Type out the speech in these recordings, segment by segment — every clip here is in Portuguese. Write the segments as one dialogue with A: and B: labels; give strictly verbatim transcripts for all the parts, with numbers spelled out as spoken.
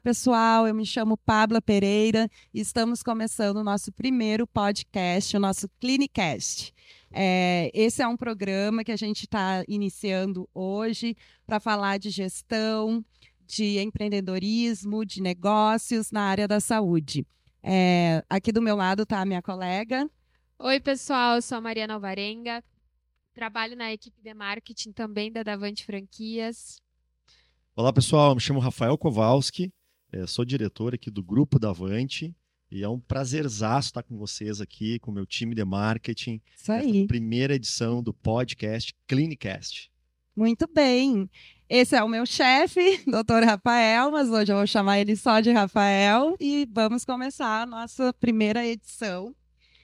A: Pessoal, eu me chamo Pabla Pereira e estamos começando o nosso primeiro podcast, o nosso Clinicast. É, esse é um programa que a gente está iniciando hoje para falar de gestão, de empreendedorismo, de negócios na área da saúde. É, aqui do meu lado está a minha colega.
B: Oi, pessoal, eu sou a Mariana Alvarenga, trabalho na equipe de marketing também da Davante Franquias.
C: Olá, pessoal, me chamo Rafael Kowalski, eh, sou diretor aqui do Grupo Davante e é um prazerzaço estar com vocês aqui, com o meu time de marketing,
A: Isso
C: nesta
A: aí.
C: primeira edição do podcast Clinicast.
A: Muito bem. Esse é o meu chefe, doutor Rafael, mas hoje eu vou chamar ele só de Rafael e vamos começar a nossa primeira edição,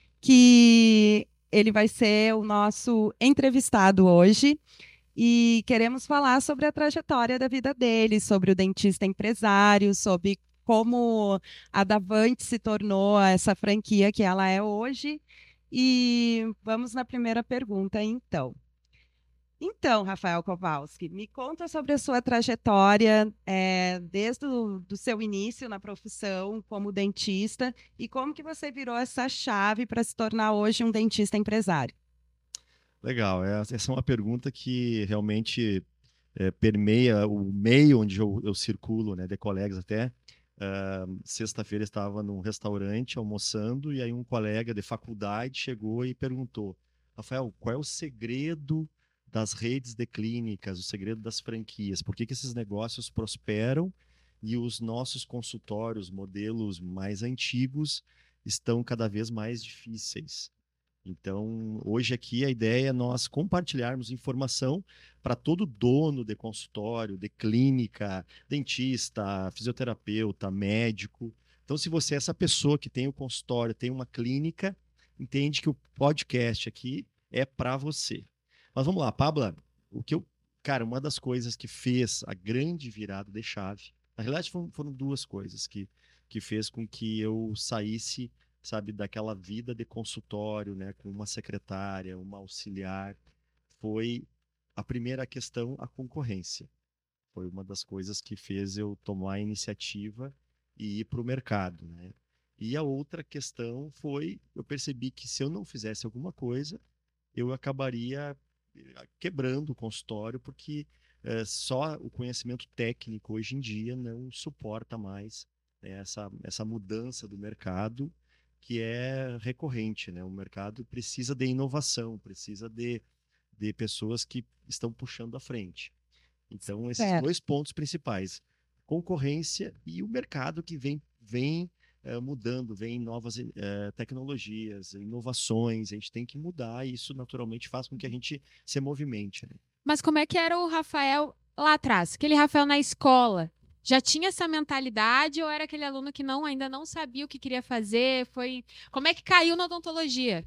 A: que ele vai ser o nosso entrevistado hoje e queremos falar sobre a trajetória da vida dele, sobre o dentista empresário, sobre como a Davante se tornou essa franquia que ela é hoje. E vamos na primeira pergunta, então. Então, Rafael Kowalski, me conta sobre a sua trajetória, é, desde o do seu início na profissão como dentista e como que você virou essa chave para se tornar hoje um dentista empresário.
C: Legal, é- essa é uma pergunta que realmente eh, permeia o meio onde eu, eu circulo, né, de colegas até. Ah, sexta-feira eu estava num restaurante almoçando e aí um colega de faculdade chegou e perguntou: Rafael, qual é o segredo das redes de clínicas, o segredo das franquias? Por que que esses negócios prosperam e os nossos consultórios, modelos mais antigos, estão cada vez mais difíceis? Então, hoje aqui a ideia é nós compartilharmos informação para todo dono de consultório, de clínica, dentista, fisioterapeuta, médico. Então, se você é essa pessoa que tem o consultório, tem uma clínica, entende que o podcast aqui é para você. Mas vamos lá, Pabla, o que eu, cara, uma das coisas que fez a grande virada de chave, na realidade foram, foram duas coisas que, que fez com que eu saísse, sabe, daquela vida de consultório, né, com uma secretária, uma auxiliar, foi a primeira questão, a concorrência. Foi uma das coisas que fez eu tomar a iniciativa e ir para o mercado, né? E a outra questão foi, eu percebi que se eu não fizesse alguma coisa, eu acabaria eh, quebrando o consultório, porque eh, só o conhecimento técnico hoje em dia não suporta mais, né, essa, essa mudança do mercado que é recorrente, né? O mercado precisa de inovação, precisa de, de pessoas que estão puxando à frente. Então, esses
A: Certo.
C: dois pontos principais, concorrência e o mercado que vem, vem eh, mudando, vem novas eh, tecnologias, inovações, a gente tem que mudar e isso naturalmente faz com que a gente se movimente, né?
B: Mas como é que era o Rafael lá atrás? Aquele Rafael na escola? Já tinha essa mentalidade ou era aquele aluno que não ainda não sabia o que queria fazer? Foi Como é que caiu na odontologia?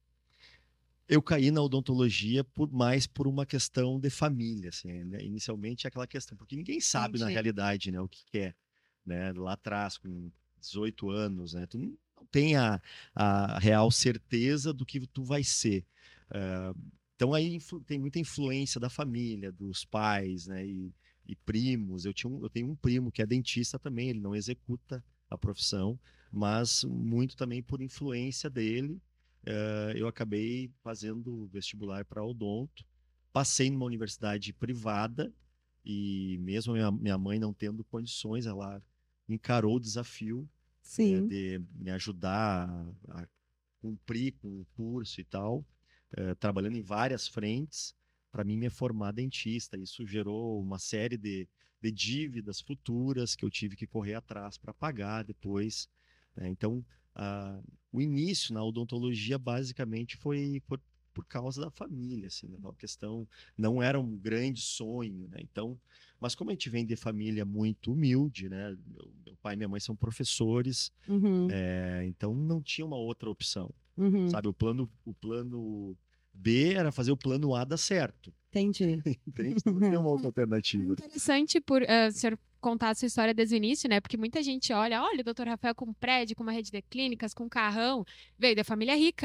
C: Eu caí na odontologia por mais por uma questão de família, assim, né? Inicialmente é aquela questão, porque ninguém sabe na
B: Entendi.
C: realidade, né, o que que é, né? Lá atrás, com dezoito anos, né? Tu não não tem a, a real certeza do que tu vai ser. Ah, então aí influ- tem muita influência da família, dos pais, né? E, e primos. Eu tinha um, eu tenho um primo que é dentista também, ele não executa a profissão, mas muito também por influência dele eh, eu acabei fazendo vestibular para odonto, passei numa universidade privada e mesmo minha, minha mãe não tendo condições, ela encarou o desafio, né,
A: Sim.
C: de me ajudar a, a cumprir com o curso e tal, eh, trabalhando em várias frentes para mim me formar dentista. Isso gerou uma série de, de dívidas futuras que eu tive que correr atrás para pagar depois, né? Então, ah, o início na odontologia basicamente foi por, por causa da família, assim, né? Uma questão não era um grande sonho, né? Então, mas como a gente vem de família muito humilde, né? Meu, meu pai e minha mãe são professores,
A: Uhum,
C: é, então não tinha uma outra opção,
A: uhum.
C: sabe? O plano, o plano B era fazer o plano A dar certo,
A: Entendi.
C: entende? Então não tinha uma outra
B: É
C: alternativa.
B: interessante por eh, o senhor contar a sua história desde o início, né? Porque muita gente olha, olha, o doutor Rafael com um prédio, com uma rede de clínicas, com um carrão, veio da família rica.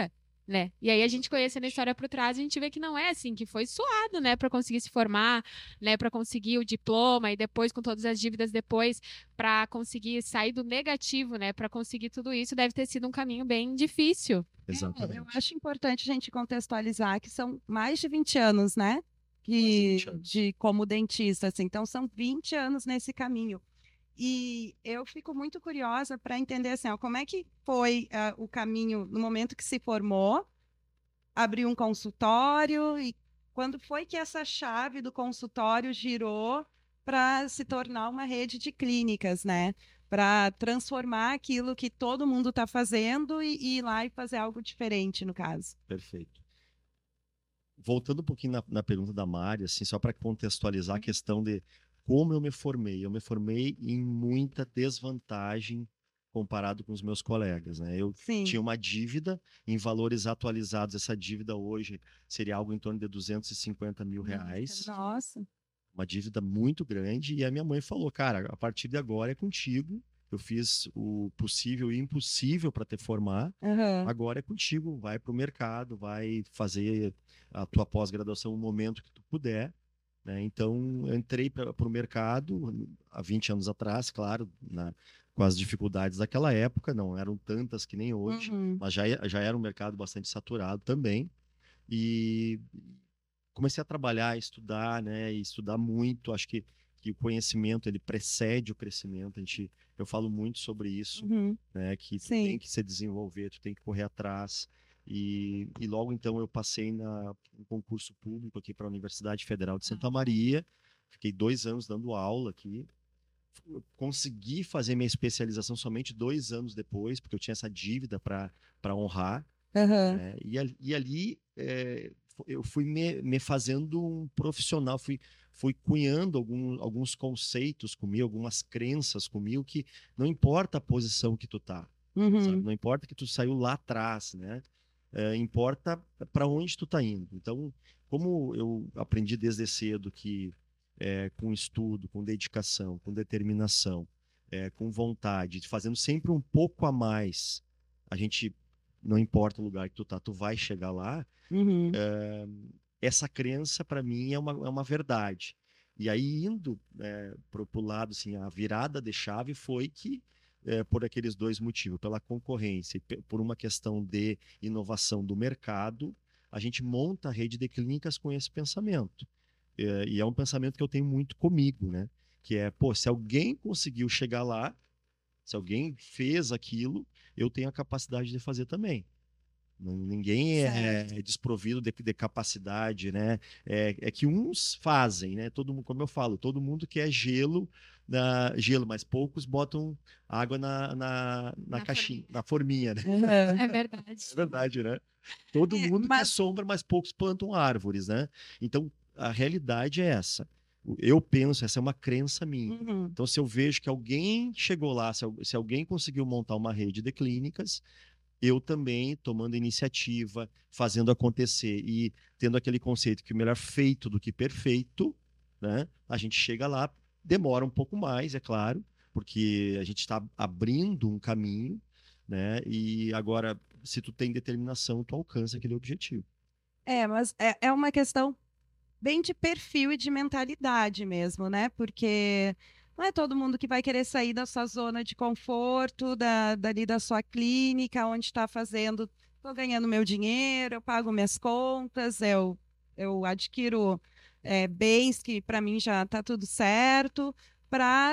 B: né? E aí a gente conhecendo a história por trás, a gente vê que não é assim, que foi suado, né, para conseguir se formar, né, para conseguir o diploma e depois com todas as dívidas depois para conseguir sair do negativo, né, para conseguir tudo isso, deve ter sido um caminho bem difícil.
C: Exatamente.
A: É, eu acho importante a gente contextualizar que são mais de vinte anos, né? Que,
C: Mais de vinte anos.
A: de como dentista, assim. Então, são vinte anos nesse caminho. E eu fico muito curiosa para entender assim, ó, como é que foi ah, o caminho no momento que se formou, abriu um consultório e quando foi que essa chave do consultório girou para se tornar uma rede de clínicas, né? Para transformar aquilo que todo mundo está fazendo e, e ir lá e fazer algo diferente, no caso.
C: Perfeito. Voltando um pouquinho na, na pergunta da Mari, assim, só para contextualizar a questão de como eu me formei. Eu me formei em muita desvantagem comparado com os meus colegas, né? Eu
A: Sim.
C: tinha uma dívida em valores atualizados. Essa dívida hoje seria algo em torno de duzentos e cinquenta mil reais.
A: Nossa.
C: Uma dívida muito grande. E a minha mãe falou, cara, a partir de agora é contigo. Eu fiz o possível e impossível para te formar.
A: Uhum.
C: Agora é contigo. Vai para o mercado, vai fazer a tua pós-graduação no momento que tu puder. Né? Então, eu entrei para o mercado há vinte anos atrás, claro, na, com as dificuldades daquela época, não eram tantas que nem hoje,
A: Uhum.
C: mas já, já era um mercado bastante saturado também. E comecei a trabalhar, a estudar, né? E estudar muito. Acho que, que o conhecimento ele precede o crescimento. A gente, eu falo muito sobre isso,
A: Uhum.
C: né? Que tu
A: Sim.
C: tem que se desenvolver, tu tem que correr atrás. E, e logo então eu passei na um concurso público aqui para a Universidade Federal de Santa Maria. Fiquei dois anos dando aula aqui. Eu consegui fazer minha especialização somente dois anos depois, porque eu tinha essa dívida para para honrar.
A: Uhum.
C: Né? E, ali- e ali é, eu fui me, me fazendo um profissional, fui, fui cunhando algum, alguns conceitos comigo, algumas crenças comigo, que não importa a posição que tu tá,
A: Uhum.
C: sabe? Não importa que tu saiu lá atrás, né? É, importa para onde tu tá indo. Então, como eu aprendi desde cedo que é, com estudo, com dedicação, com determinação, é, com vontade, fazendo sempre um pouco a mais, a gente não importa o lugar que tu tá, tu vai chegar lá.
A: Uhum.
C: É, essa crença para mim é uma, é uma verdade. E aí indo é, pro, pro lado assim, a virada de chave foi que é, por aqueles dois motivos, pela concorrência e pe- por uma questão de inovação do mercado, a gente monta a rede de clínicas com esse pensamento. É, e é um pensamento que eu tenho muito comigo, né? Que é, pô, se alguém conseguiu chegar lá, se alguém fez aquilo, eu tenho a capacidade de fazer também. Não- Ninguém é,
A: Certo.
C: é desprovido de, de capacidade, né? É, é que uns fazem, né? Todo mundo, como eu falo, todo mundo quer gelo, na, gelo, mas poucos botam água na, na, na
B: Na
C: caixinha,
B: forminha.
C: na forminha, né?
A: Uhum.
B: É verdade.
C: É verdade, né? Todo
A: É,
C: mundo quer
A: mas
C: sombra, mas poucos plantam árvores, né? Então, a realidade é essa. O- Eu penso, essa é uma crença minha.
A: Uhum.
C: Então, se eu vejo que alguém chegou lá, se, al- se alguém conseguiu montar uma rede de clínicas, eu também tomando iniciativa, fazendo acontecer e tendo aquele conceito que melhor feito do que perfeito, né? A gente chega lá, demora um pouco mais, é claro, porque a gente está abrindo um caminho, né? E agora, se tu tem determinação, tu alcança aquele objetivo.
A: É, mas é, é uma questão bem de perfil e de mentalidade mesmo, né? Porque não é todo mundo que vai querer sair da sua zona de conforto, da, dali da sua clínica, onde está fazendo, estou ganhando meu dinheiro, eu pago minhas contas, eu, eu adquiro é, bens que para mim já está tudo certo, para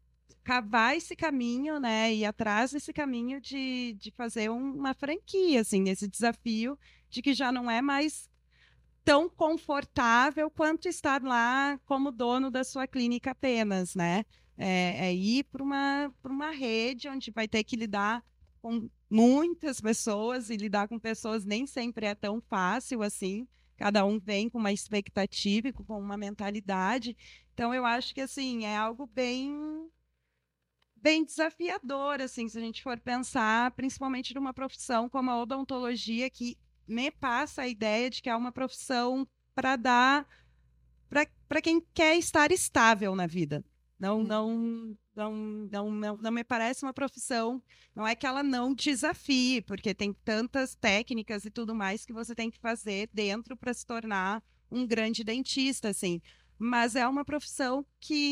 A: cavar esse caminho, né? Ir atrás desse caminho de, de fazer um- uma franquia, assim, esse desafio de que já não é mais tão confortável quanto estar lá como dono da sua clínica apenas, né? É, é ir para uma, para uma rede onde vai ter que lidar com muitas pessoas e lidar com pessoas nem sempre é tão fácil assim. Cada um vem com uma expectativa e com uma mentalidade. Então, eu acho que assim é algo bem bem desafiador, assim, se a gente for pensar, principalmente numa profissão como a odontologia, que me passa a ideia de que é uma profissão para dar para quem quer estar estável na vida. Não, não, não, não, não, não me parece uma profissão. Não é que ela não desafie, porque tem tantas técnicas e tudo mais que você tem que fazer dentro para se tornar um grande dentista, assim. Mas é uma profissão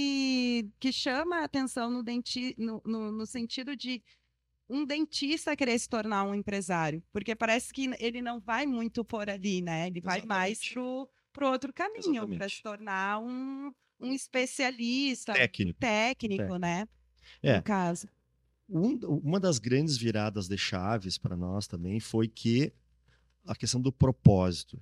A: que, que chama a atenção no, denti, no, no, no sentido de um dentista querer se tornar um empresário, porque parece que ele não vai muito por ali, né? Ele vai mais
C: Exatamente.
A: pro, pro outro caminho, para
C: Exatamente.
A: se tornar um, um especialista, um
C: Técnico.
A: técnico,
C: Técnico.
A: né?
C: É,
A: No caso.
C: um- uma das grandes viradas de chaves para nós também foi que a questão do propósito.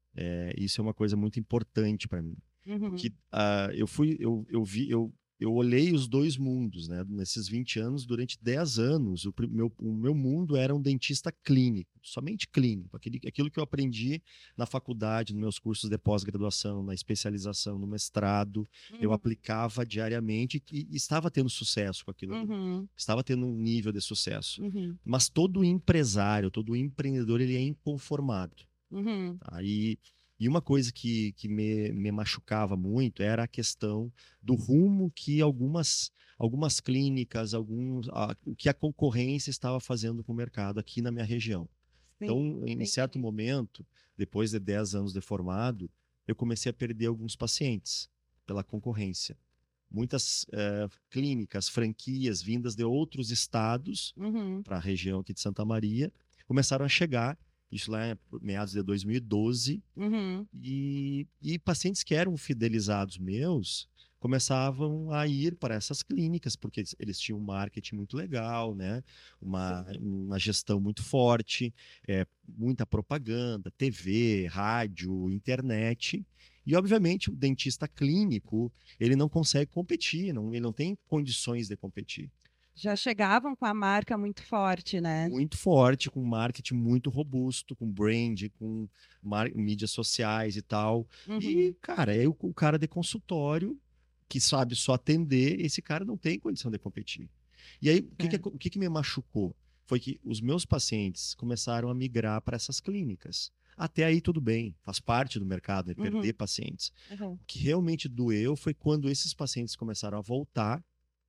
C: É, isso é uma coisa muito importante para mim.
A: Uhum,
C: Que ah, eu fui, eu, eu vi, eu, eu olhei os dois mundos, né? Nesses vinte anos, durante dez anos, o, pri- meu, o meu mundo era um dentista clínico, somente clínico. Aquele, aquilo que eu aprendi na faculdade, nos meus cursos de pós-graduação, na especialização, no mestrado, eu
A: uhum,
C: aplicava diariamente e, e estava tendo sucesso com aquilo ali.
A: uhum,
C: Estava tendo um nível de sucesso.
A: uhum,
C: Mas todo empresário, todo empreendedor, ele é inconformado.
A: uhum,
C: Tá? E, e uma coisa que, que me, me machucava muito era a questão do rumo que algumas, algumas clínicas, alguns, a, o que a concorrência estava fazendo com o mercado aqui na minha região.
A: sim,
C: Então, em certo
A: entendi.
C: momento, depois de dez anos de formado, eu comecei a perder alguns pacientes pela concorrência. Muitas eh, clínicas, franquias vindas de outros estados
A: Uhum,
C: para a região aqui de Santa Maria começaram a chegar, isso lá em meados de dois mil e doze,
A: uhum,
C: e, e pacientes que eram fidelizados meus começavam a ir para essas clínicas, porque eles, eles tinham um marketing muito legal, né? uma,
A: sim,
C: uma gestão muito forte, é, muita propaganda, T V, rádio, internet. E, obviamente, o dentista clínico, ele não consegue competir, não, ele não tem condições de competir.
A: já chegavam com a marca muito forte, né?
C: Muito forte, com marketing muito robusto, com brand, com mar- mídias sociais e tal. E,
A: Uhum,
C: cara, é o, o cara de consultório que sabe só atender, esse cara não tem condição de competir. E aí, o que, que,
A: é.
C: o que, que me machucou? Foi que os meus pacientes começaram a migrar para essas clínicas. Até aí tudo bem, faz parte do mercado, né, perder
A: Uhum,
C: pacientes.
A: uhum,
C: O que realmente doeu foi quando esses pacientes começaram a voltar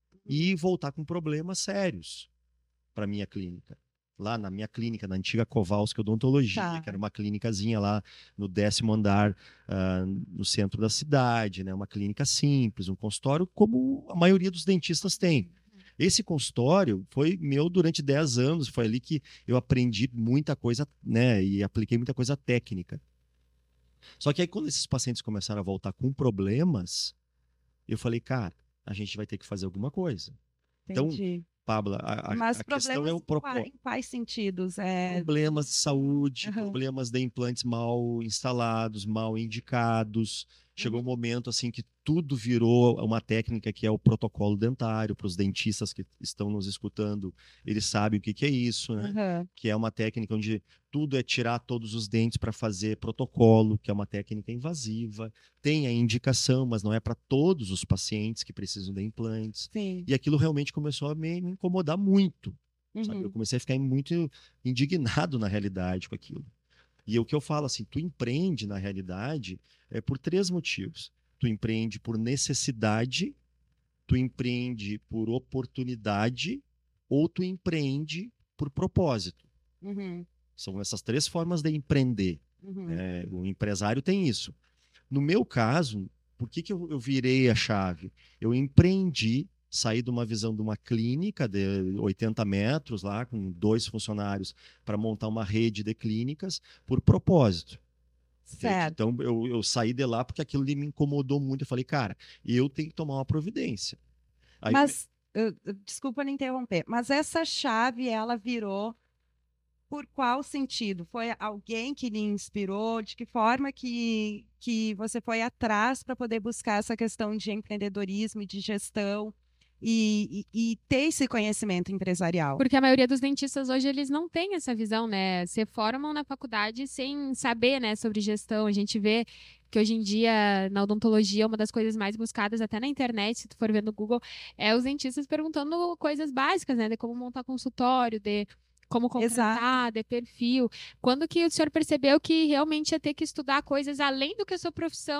C: e voltar com problemas sérios para minha clínica. Lá na minha clínica, na antiga Kowalski Odontologia,
A: tá.
C: que era uma clínicazinha lá no décimo andar, ah, no centro da cidade, né? Uma clínica simples, um consultório como a maioria dos dentistas tem. Esse consultório foi meu durante dez anos, foi ali que eu aprendi muita coisa, né? E apliquei muita coisa técnica. Só que aí, quando esses pacientes começaram a voltar com problemas, eu falei, cara, a gente vai ter que fazer alguma coisa. Então,
A: Entendi.
C: Pablo, a, a-
A: Mas
C: a questão é
A: problemas
C: o
A: em qua-
C: propósito.
A: em quais sentidos? É...
C: Problemas de saúde,
A: Uhum,
C: problemas de implantes mal instalados, mal indicados. Chegou um
A: uhum,
C: momento assim que tudo virou uma técnica que é o protocolo dentário. Para os dentistas que estão nos escutando, eles sabem o que que é isso, né?
A: uhum,
C: Que é uma técnica onde tudo é tirar todos os dentes para fazer protocolo, que é uma técnica invasiva. Tem a indicação, mas não é para todos os pacientes que precisam de implantes.
A: sim.
C: E aquilo realmente começou a me, me incomodar muito. Sabe? Eu
A: Uhum,
C: comecei a ficar muito indignado na realidade com aquilo. E o que eu falo assim, tu empreende na realidade é por três motivos. Tu empreende por necessidade, tu empreende por oportunidade ou tu empreende por propósito.
A: uhum,
C: São essas três formas de empreender.
A: uhum,
C: Né? O empresário tem isso. No meu caso, por que, que eu, eu virei a chave? Eu empreendi, saí de uma visão de uma clínica de oitenta metros lá, com dois funcionários, para montar uma rede de clínicas por propósito. Entende?
A: certo.
C: Então, eu, eu saí de lá porque aquilo ali me incomodou muito. Eu falei, cara, eu tenho que tomar uma providência. Aí, eu me-
A: Mas, eu- eu- desculpa lhe interromper, mas essa chave, ela virou por qual sentido? Foi alguém que lhe inspirou? De que forma que, que você foi atrás para poder buscar essa questão de empreendedorismo e de gestão e, e, e ter esse conhecimento empresarial?
B: Porque a maioria dos dentistas hoje, eles não têm essa visão, né? Se formam na faculdade sem saber, né, sobre gestão. A gente vê que hoje em dia, na odontologia, uma das coisas mais buscadas até na internet, se tu for ver no Google, é os dentistas perguntando coisas básicas, né? De como montar consultório, de como
A: Exato.
B: contratar, de perfil. Quando que o senhor percebeu que realmente ia ter que estudar coisas além do que a sua profissão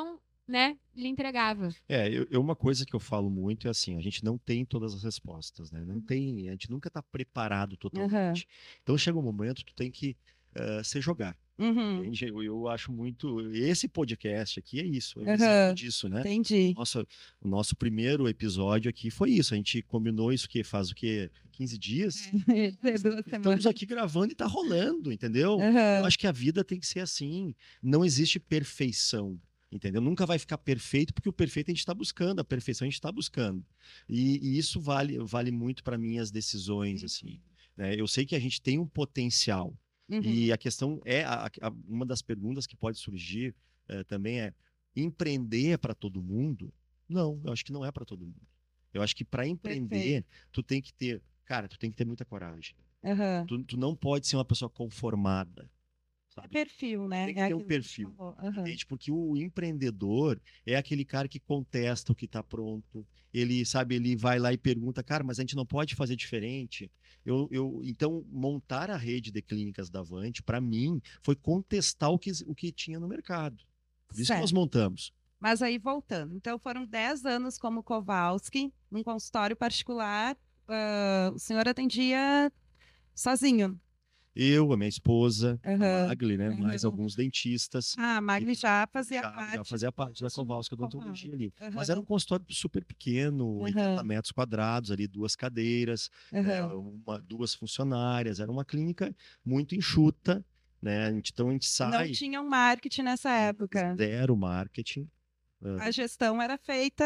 B: né, lhe entregava.
C: É, eu, eu- uma coisa que eu falo muito é assim, a gente não tem todas as respostas, né? Não tem, a gente nunca está preparado
A: Aham.
C: totalmente. Então chega um momento, tu tem que eh, se jogar.
A: Uhum.
C: Entende? Eu, eu acho muito. Esse podcast aqui é isso, é um
A: Aham.
C: exemplo disso, né?
A: Entendi.
C: Nossa, o nosso primeiro episódio aqui foi isso. A gente combinou isso que faz o quê? quinze dias?
A: Duas
C: Estamos
A: semanas.
C: aqui gravando e tá rolando, entendeu? Eu
A: Aham.
C: acho que a vida tem que ser assim. Não existe perfeição, entendeu? Nunca vai ficar perfeito, porque o perfeito a gente está buscando, a perfeição a gente está buscando. E, e isso vale, vale muito para minhas decisões, assim. Né? Eu sei que a gente tem um potencial.
A: Uhum.
C: E a questão é, a- a- uma das perguntas que pode surgir eh, também é, empreender é para todo mundo? Não, eu acho que não é para todo mundo. Eu acho que para empreender,
A: Perfeito.
C: tu tem que ter, cara, tu tem que ter muita coragem.
A: Aham.
C: Tu, tu não pode ser uma pessoa conformada,
A: É
C: sabe?
A: perfil, né?
C: Tem que
A: É
C: ter um
A: aquilo que a gente
C: perfil,
A: falou. Aham.
C: entende? Porque o empreendedor é aquele cara que contesta o que está pronto. Ele, sabe, ele vai lá e pergunta, cara, mas a gente não pode fazer diferente. Eu, eu, então, montar a rede de clínicas da Avante, para mim, foi contestar o que, o que tinha no mercado. Por isso que nós
A: Certo.
C: montamos.
A: Mas aí, voltando. Então, foram dez anos como Kowalski, num consultório particular. Ah, o senhor atendia sozinho.
C: Eu, a minha esposa, a
A: Aham.
C: Magli, né? Mais
A: Aham.
C: alguns dentistas.
A: Ah, a Magli já fazia
C: Já, já
A: parte
C: fazia parte da
A: do
C: Kowalski Odontologia ali. Mas era um
A: Aham.
C: consultório super pequeno, oitenta
A: Aham.
C: metros quadrados, ali duas cadeiras, né,
A: Aham.
C: uma, duas funcionárias. Era uma clínica muito enxuta, né? A gente- Então a gente
A: Não
C: sai
A: tinha um marketing nessa época.
C: zero marketing. ah,
A: A gestão era feita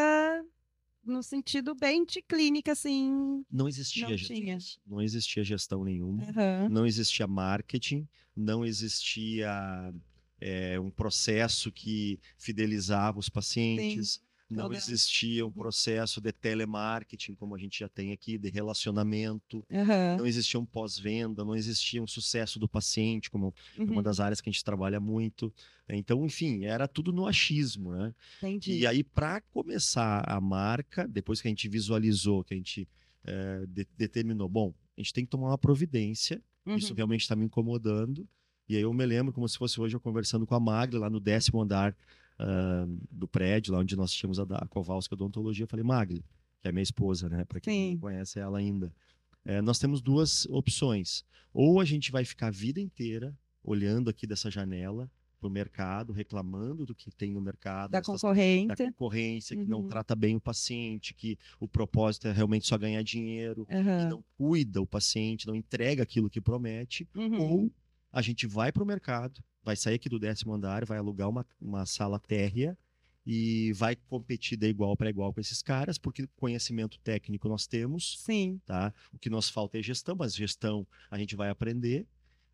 A: no sentido bem de clínica, assim.
C: Não existia
A: Não
C: gestão,
A: tinha.
C: não existia gestão nenhuma,
A: Aham.
C: não existia marketing, não existia é, um processo que fidelizava os
A: Sim.
C: pacientes, não
A: Toda.
C: existia um processo de telemarketing, como a gente já tem aqui, de relacionamento,
A: Aham.
C: não existia um pós-venda, não existia um sucesso do paciente, como é uma
A: Uhum.
C: das áreas que a gente trabalha muito. Então, enfim, era tudo no achismo, né?
A: Entendi.
C: E aí, para começar a marca, depois que a gente visualizou, que a gente eh, de- determinou, bom, a gente tem que tomar uma providência, isso
A: Uhum.
C: realmente está me incomodando. E aí eu me lembro como se fosse hoje eu conversando com a Magda lá no décimo andar ah, do prédio, lá onde nós tínhamos a, da- a Kowalski Odontologia. Eu falei, Magda, que é minha esposa, né? Para quem não
A: Sim.
C: conhece ela ainda. Eh, nós temos duas opções. Ou a gente vai ficar a vida inteira olhando aqui dessa janela para o mercado, reclamando do que tem no mercado,
A: Da
C: dessas- da
A: concorrente.
C: concorrência, que não
A: Uhum.
C: trata bem o paciente, que o propósito é realmente só ganhar dinheiro, que
A: Aham.
C: não cuida o paciente, não entrega aquilo que promete,
A: Uhum.
C: ou a gente vai para o mercado, vai sair aqui do décimo andar, vai alugar uma, uma sala térrea e vai competir de igual para igual com esses caras, porque conhecimento técnico nós temos,
A: Sim.
C: tá? O que nos falta é gestão, mas gestão a gente vai aprender.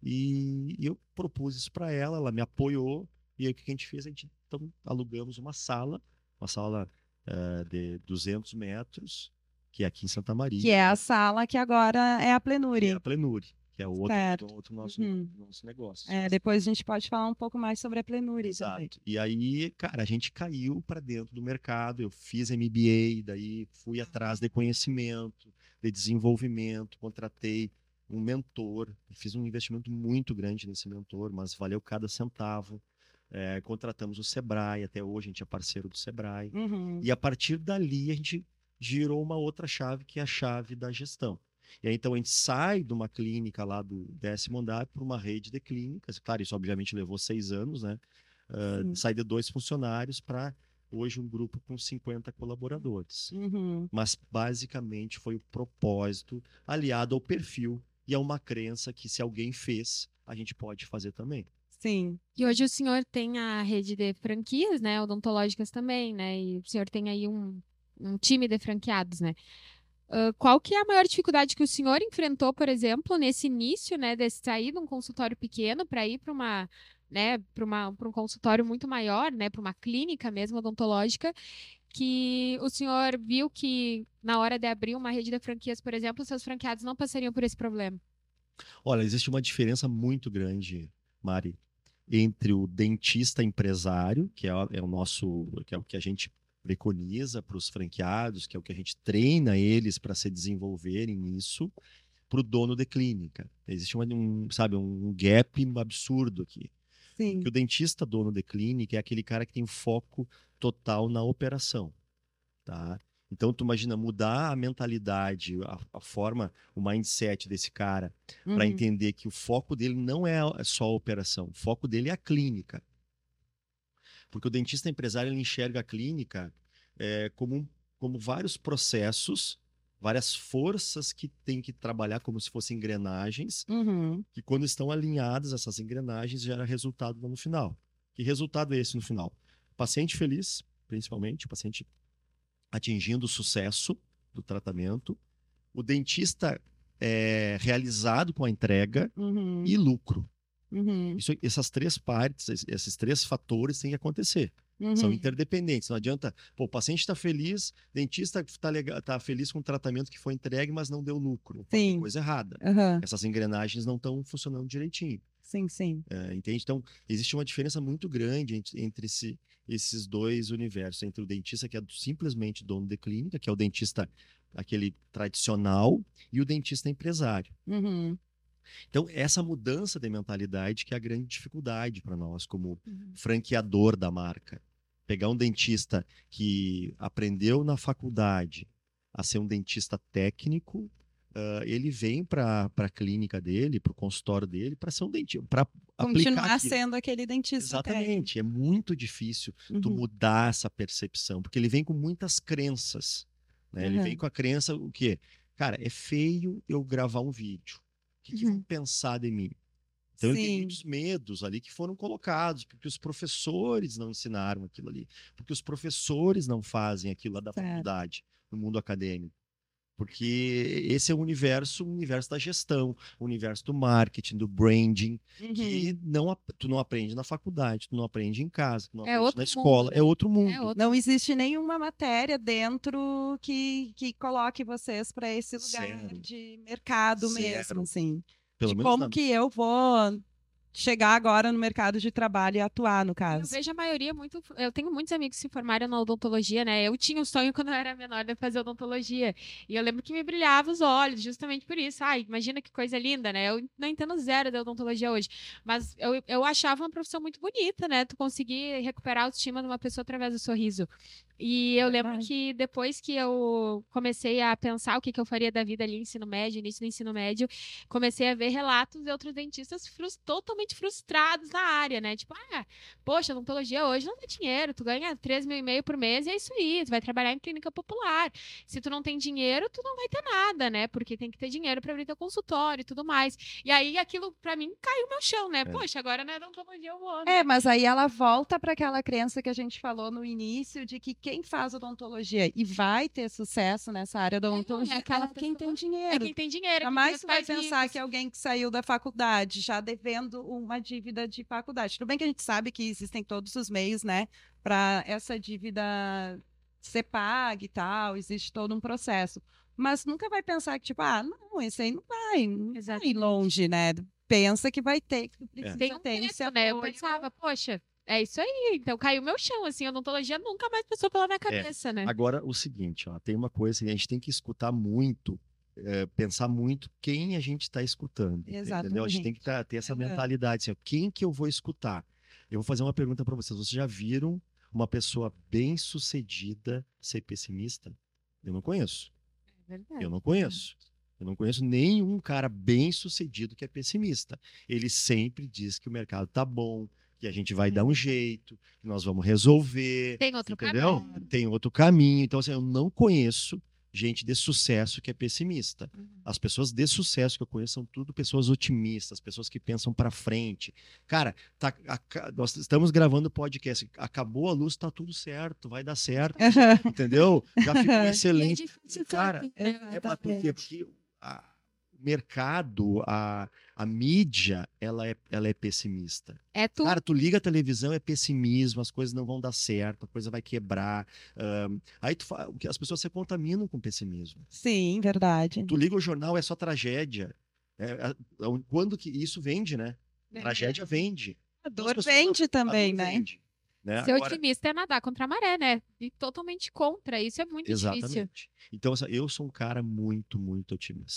C: E eu propus isso para ela, ela me apoiou. E aí o que a gente fez? A gente então alugamos uma sala, uma sala eh, de duzentos metros, que é aqui em Santa Maria,
A: Que é a sala que agora é a
C: que é
A: Plenure.
C: a Plenure, que é o outro,
A: Certo.
C: outro nosso,
A: Uhum.
C: nosso negócio.
A: É, depois a gente pode falar um pouco mais sobre a Plenure também.
C: Exato. E aí, cara, a gente caiu para dentro do mercado. Eu fiz M B A, daí fui atrás de conhecimento, de desenvolvimento, contratei um mentor, fiz um investimento muito grande nesse mentor, mas valeu cada centavo. É, contratamos o Sebrae, até hoje a gente é parceiro do Sebrae.
A: Uhum.
C: E a partir dali a gente girou uma outra chave, que é a chave da gestão. E aí, então a gente sai de uma clínica lá do décimo andar para uma rede de clínicas. Claro, isso obviamente levou seis anos, né? Uh,
A: Sim.
C: sai de dois funcionários para hoje um grupo com cinquenta colaboradores.
A: Uhum.
C: Mas basicamente foi o propósito aliado ao perfil e a uma crença que se alguém fez, a gente pode fazer também.
A: Sim.
B: E hoje o senhor tem a rede de franquias, né, odontológicas também, né, e o senhor tem aí um, um time de franqueados, né. Uh, qual que é a maior dificuldade que o senhor enfrentou, por exemplo, nesse início, né, de sair de um consultório pequeno para ir para uma, né, para uma, para um consultório muito maior, né, para uma clínica mesmo odontológica, que o senhor viu que na hora de abrir uma rede de franquias, por exemplo, seus franqueados não passariam por esse problema?
C: Olha, existe uma diferença muito grande, Mari, entre o dentista empresário, que é, o- é o nosso, que é o que a gente preconiza para os franqueados, que é o que a gente treina eles para se desenvolverem nisso, para o dono de clínica. Existe uma- um, sabe, um gap absurdo aqui.
A: Sim.
C: Que o dentista dono de clínica é aquele cara que tem foco total na operação, tá? Então, tu imagina mudar a mentalidade, a, a forma, o mindset desse cara, para
A: Uhum.
C: entender que o foco dele não é a- só a operação, o foco dele é a clínica. Porque o dentista empresário ele enxerga a clínica é, como, um- como vários processos, várias forças que tem que trabalhar como se fossem engrenagens,
A: Uhum.
C: que quando estão alinhadas, essas engrenagens gera resultado lá no final. Que resultado é esse no final? Paciente feliz, principalmente, o paciente atingindo o sucesso do tratamento, o dentista é, realizado com a entrega
A: Uhum.
C: e lucro.
A: Uhum.
C: Isso, essas três partes, es- esses três fatores têm que acontecer. São
A: Uhum.
C: interdependentes. Não adianta, pô, o paciente está feliz, dentista está tá feliz com o tratamento que foi entregue, mas não deu lucro. Tem
A: Sim.
C: coisa errada.
A: Aham.
C: Essas engrenagens não estão funcionando direitinho.
A: Sim, sim.
C: É, entende? Então, existe uma diferença muito grande entre, entre esse- esses dois universos, entre o dentista que é simplesmente dono de clínica, que é o dentista aquele tradicional, e o dentista empresário.
A: Uhum.
C: Então, essa mudança de mentalidade que é a grande dificuldade para nós, como
B: Uhum.
C: franqueador da marca. Pegar um dentista que aprendeu na faculdade a ser um dentista técnico, ah, ele vem para a clínica dele, para o consultório dele, para ser um dentista, para aplicar
A: Continuar
C: aquilo.
A: sendo aquele dentista técnico.
C: Exatamente. É muito difícil tu
A: Uhum.
C: mudar essa percepção, porque ele vem com muitas crenças, né? Ele
A: Uhum.
C: vem com a crença o quê? Cara, é feio eu gravar um vídeo. O que, que vão
B: Uhum.
C: pensar de mim? Então ele tem
A: Sim.
C: muitos medos ali que foram colocados, porque os professores não ensinaram aquilo ali, porque os professores não fazem aquilo lá da
A: Certo.
C: faculdade, no mundo acadêmico. Porque esse é o universo, o universo da gestão, o universo do marketing, do branding, que
A: Uhum.
C: não, ap- tu não aprende na faculdade, tu não aprende em casa, tu não
B: É
C: aprende
B: outro
C: na
B: mundo,
C: escola,
B: né?
C: é outro
B: É
C: mundo.
B: outro.
A: Não existe nenhuma matéria dentro que, que coloque vocês para esse lugar
C: Zero.
A: de mercado
C: Zero.
A: mesmo, assim.
C: Pelo
A: De
C: menos
A: como
C: na-
A: que eu vou chegar agora no mercado de trabalho e atuar, no
B: Eu
A: caso.
B: vejo a maioria muito. Eu tenho muitos amigos que se formaram na odontologia, né? Eu tinha o sonho quando eu era menor de fazer odontologia. E eu lembro que me brilhava os olhos, justamente por isso. Ai, imagina que coisa linda, né? Eu não entendo zero da odontologia hoje. Mas eu, eu achava uma profissão muito bonita, né? Tu conseguir recuperar a autoestima de uma pessoa através do sorriso. E eu lembro
A: Verdade.
B: que depois que eu comecei a pensar o que, que eu faria da vida ali, ensino médio, início do ensino médio, comecei a ver relatos de outros dentistas frus- totalmente frustrados na área, né? Tipo, ah, poxa, odontologia hoje não dá dinheiro, tu ganha três mil e meio por mês e é isso aí, tu vai trabalhar em clínica popular. Se tu não tem dinheiro, tu não vai ter nada, né? Porque tem que ter dinheiro para abrir teu consultório e tudo mais. E aí aquilo, pra mim, caiu no chão, né? Poxa, agora na odontologia eu vou, né?
A: É, mas aí ela volta para aquela crença que a gente falou no início de que quem faz odontologia e vai ter sucesso nessa área da odontologia
B: é aquela
A: é quem tem
B: pessoa- É
A: dinheiro.
B: quem tem dinheiro, é quem
A: Jamais
B: tem
A: tu vai
B: os pais
A: pensar
B: ricos.
A: que alguém que saiu da faculdade já devendo uma dívida de faculdade. Tudo bem que a gente sabe que existem todos os meios, né, para essa dívida ser paga e tal, existe todo um processo. Mas nunca vai pensar que, tipo, ah, não, esse aí não vai, não vai
B: Exatamente.
A: longe, né? Pensa que vai ter, que tu precisa
B: Tem um
A: ter esse
B: teto, né? Eu
A: apoio.
B: pensava, poxa, é isso aí. Então caiu meu chão, assim, odontologia nunca mais passou pela minha cabeça, né?
C: Agora, o seguinte, ó, tem uma coisa que a gente tem que escutar muito, é, pensar muito quem a gente está escutando, entendeu? A gente
A: Exatamente.
C: tem que tá- ter essa
A: Aham.
C: mentalidade, assim, ó, quem que eu vou escutar? Eu vou fazer uma pergunta para vocês. Vocês já viram uma pessoa bem-sucedida ser pessimista? Eu não conheço.
B: É verdade.
C: Eu não conheço. Eu não conheço nenhum cara bem-sucedido que é pessimista. Ele sempre diz que o mercado tá bom, que a gente vai dar um jeito, que nós vamos resolver.
B: Tem outro
C: Entendeu?
B: caminho.
C: Tem outro caminho. Então, assim, eu não conheço gente de sucesso que é pessimista.
B: Uhum.
C: As pessoas de sucesso que eu conheço são tudo pessoas otimistas, pessoas que pensam para frente. Cara, tá, a- nós estamos gravando podcast, acabou a luz, tá tudo certo, vai dar certo, entendeu? Já ficou
B: E é
C: excelente.
B: difícil
C: Cara,
B: também,
C: é,
B: né?
C: mas por quê? Porque a- o mercado, a, a mídia, ela é, ela é pessimista.
B: É tu.
C: Cara, tu liga a televisão, é pessimismo, as coisas não vão dar certo, a coisa vai quebrar. ahn, aí tu fa- o que as pessoas se contaminam com pessimismo.
A: Sim, verdade.
C: Tu liga o jornal, é só tragédia. É, a- a- quando que isso vende, né? Tragédia vende.
A: A
C: Então,
A: dor
C: as pessoas-
A: vende
C: a
A: também,
C: dor
A: né?
C: vende, né?
B: Ser
C: Agora-
B: otimista é nadar contra a maré, né? E totalmente contra. Isso é muito difícil.
C: Exatamente. Então, assim, eu sou um cara muito, muito otimista.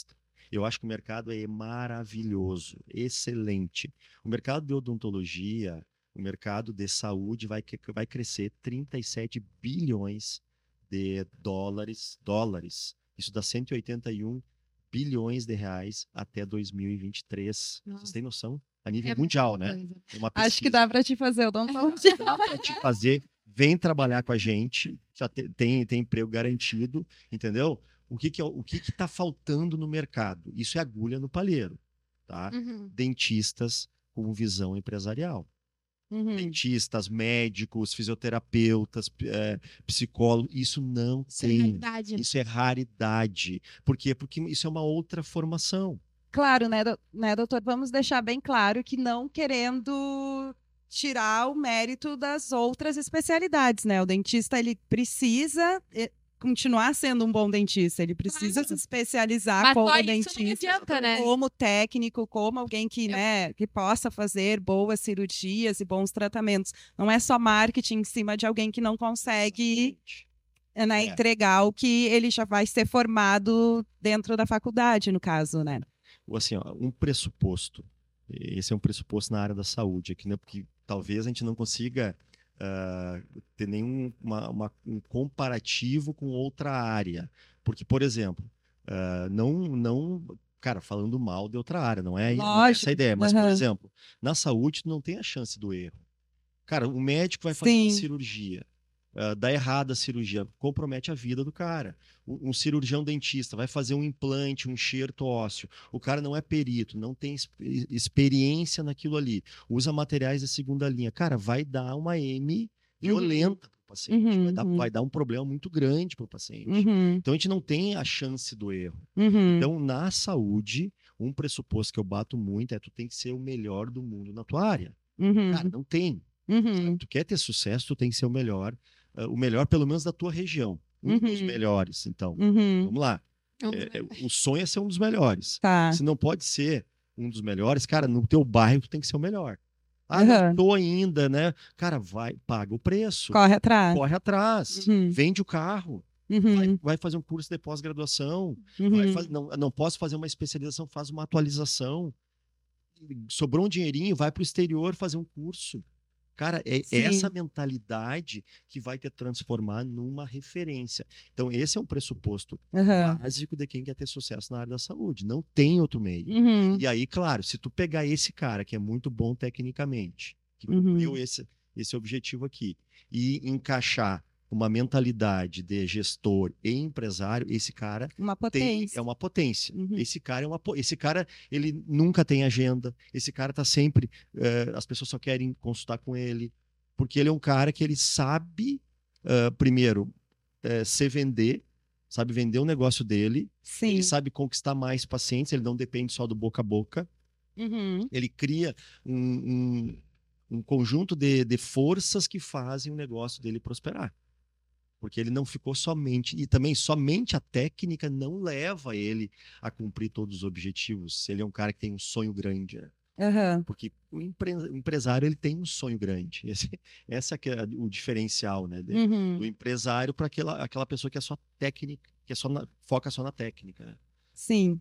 C: Eu acho que o mercado é maravilhoso, excelente. O mercado de odontologia, o mercado de saúde vai, que- vai crescer trinta e sete bilhões de dólares, dólares. Isso dá cento e oitenta e um bilhões de reais até dois mil e vinte e três. Vocês
B: Nossa.
C: têm noção? A nível
B: É
C: mundial,
B: muita
C: né?
B: coisa.
C: Tem uma
A: Acho que
C: pesquisa.
A: dá para te fazer odontologia.
C: Dá para te fazer, vem trabalhar com a gente, já te- tem, tem emprego garantido, entendeu? O que que, é- o que que tá faltando no mercado? Isso é agulha no palheiro, tá?
B: Uhum.
C: Dentistas com visão empresarial.
A: Uhum.
C: Dentistas, médicos, fisioterapeutas, p- eh, psicólogos, isso não
B: Isso é
C: tem.
B: realidade, né?
C: Isso é raridade. Por quê? Porque isso é uma outra formação.
A: Claro, né, do- né, doutor? Vamos deixar bem claro que não querendo tirar o mérito das outras especialidades, né? O dentista, ele precisa eh, continuar sendo um bom dentista, ele precisa
B: Claro.
A: se especializar
B: Mas
A: como
B: só isso não
A: dentista,
B: adianta, né?
A: como técnico, como alguém que,
B: Eu-
A: né, que possa fazer boas cirurgias e bons tratamentos. Não é só marketing em cima de alguém que não consegue, né,
C: É.
A: entregar o que ele já vai ser formado dentro da faculdade, no caso, né?
C: Ou assim, ó, um pressuposto. Esse é um pressuposto na área da saúde, aqui, né? Porque talvez a gente não consiga ah, ter nenhum uma- uma- um comparativo com outra área. Porque, por exemplo, ah, não, não, cara, falando mal de outra área, não é, não é essa
A: Lógico,
C: a ideia. Mas, por
A: aham.
C: exemplo, na saúde, tu não tem a chance do erro. Cara, o médico vai fazer uma
A: Sim.
C: cirurgia. ah, dá errada a cirurgia, compromete a vida do cara. Um, um cirurgião dentista vai fazer um implante, um enxerto ósseo. O cara não é perito, não tem ex- experiência naquilo ali. Usa materiais de segunda linha. Cara, vai dar uma M violenta para o paciente.
A: Uhum,
C: vai, dar,
A: uhum.
C: vai dar um problema muito grande para o paciente.
A: Uhum,
C: Então a gente não tem a chance do erro.
A: uhum,
C: Então, na saúde, um pressuposto que eu bato muito é tu tem que ser o melhor do mundo na tua área.
A: uhum,
C: Cara, não tem.
A: uhum,
C: Tu quer ter sucesso, tu tem que ser o melhor, ah, o melhor pelo menos da tua região. Um dos
A: Uhum.
C: melhores, então.
A: uhum.
C: Vamos lá.
B: É um dos
C: É, é,
B: melhores.
C: o sonho é ser um dos melhores.
A: Tá.
C: Se não pode ser um dos melhores, cara, no teu bairro tu tem que ser o melhor. Ah,
A: Aham.
C: não tô ainda, né? Cara, vai, paga o preço,
A: Corre atrás.
C: corre atrás,
A: Uhum.
C: vende o carro, vai,
A: Uhum,
C: vai fazer um curso de pós-graduação, vai
A: uhum.
C: faz- não, não posso fazer uma especialização, faz uma atualização. Sobrou um dinheirinho, vai para o exterior fazer um curso. Cara, é
A: Sim.
C: essa mentalidade que vai te transformar numa referência. Então, esse é um pressuposto
A: Aham.
C: básico de quem quer ter sucesso na área da saúde. Não tem outro meio.
A: Uhum,
C: E aí, claro, se tu pegar esse cara que é muito bom tecnicamente, que
A: Uhum.
C: cumpriu esse, esse objetivo aqui, e encaixar uma mentalidade de gestor e empresário, esse cara
A: Uma
C: tem,
A: potência.
C: é uma potência.
A: Uhum.
C: Esse cara é uma, po- esse cara, ele nunca tem agenda. Esse cara tá sempre, eh, as pessoas só querem consultar com ele, porque ele é um cara que ele sabe, ah, primeiro, eh, se vender, sabe vender o negócio dele,
A: Sim.
C: ele sabe conquistar mais pacientes, ele não depende só do boca a boca,
A: Uhum.
C: ele cria um, um, um conjunto de, de forças que fazem o negócio dele prosperar. Porque ele não ficou somente, e também somente a técnica não leva ele a cumprir todos os objetivos. Ele é um cara que tem um sonho grande, né?
A: Aham.
C: Porque o, empre- o empresário ele tem um sonho grande. Esse, essa é que é o diferencial, né? de-
A: Uhum.
C: do empresário para aquela, aquela pessoa que é só técnica, que é só na- foca só na técnica. Né?
A: Sim.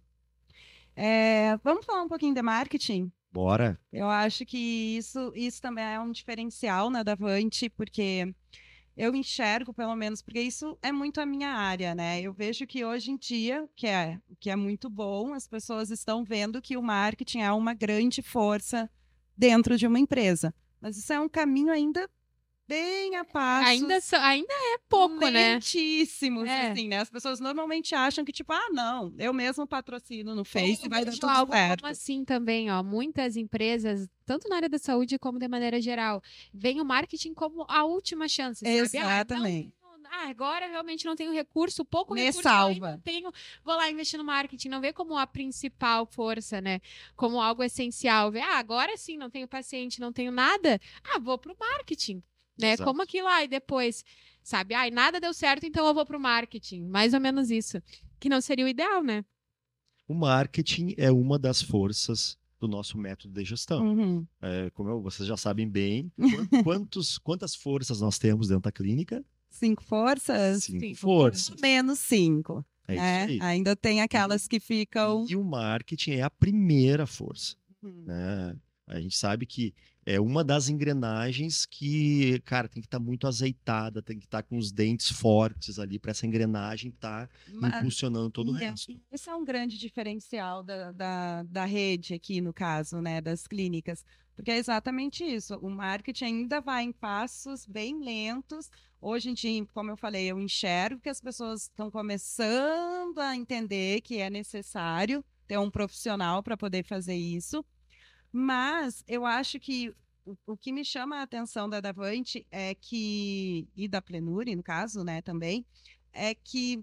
A: É, vamos falar um pouquinho de marketing?
C: Bora.
A: Eu acho que isso, isso também é um diferencial, né, da Avante, porque eu enxergo, pelo menos, porque isso é muito a minha área, né? Eu vejo que hoje em dia, que é, que é muito bom, as pessoas estão vendo que o marketing é uma grande força dentro de uma empresa. Mas isso é um caminho ainda bem a passo.
B: Ainda, so- ainda é pouco, né?
A: lentíssimos,
B: É.
A: assim, né? As pessoas normalmente acham que, tipo, ah, não, eu mesmo patrocino no Face e
B: Eu
A: vai dar
B: vejo
A: tudo
B: algo
A: certo.
B: como assim também, ó. Muitas empresas, tanto na área da saúde como de maneira geral, veem o marketing como a última chance, sabe?
A: Exatamente.
B: Ah, não, ah, agora realmente não tenho recurso, pouco
A: Me
B: recurso eu ainda
A: salva.
B: tenho, vou lá investir no marketing, não vê como a principal força, né? Como algo essencial. Vê, ah, agora sim, não tenho paciente, não tenho nada, ah, vou pro marketing. Né?
C: Exato.
B: Como aquilo lá, e depois, sabe? Ai, nada deu certo, então eu vou pro marketing. Mais ou menos isso. Que não seria o ideal, né?
C: O marketing é uma das forças do nosso método de gestão.
A: Uhum.
C: É, como eu- vocês já sabem bem, quan- quantos, quantas forças nós temos dentro da clínica?
A: Cinco forças?
C: Cinco
B: Sim.
C: forças.
A: Menos cinco.
C: É
A: né?
C: isso aí.
A: Ainda tem aquelas que ficam.
C: E o marketing é a primeira força,
A: Uhum.
C: né? A gente sabe que é uma das engrenagens que, cara, tem que estar muito azeitada, tem que estar com os dentes fortes ali para essa engrenagem estar
A: Mas-
C: impulsionando todo o
A: E é-
C: resto.
A: e esse é um grande diferencial da, da, da rede aqui, no caso, né, das clínicas, porque é exatamente isso. O marketing ainda vai em passos bem lentos. Hoje em dia, como eu falei, eu enxergo que as pessoas estão começando a entender que é necessário ter um profissional para poder fazer isso. Mas eu acho que o, o que me chama a atenção da Davante é que, e da Plenure, no caso, né, também, é que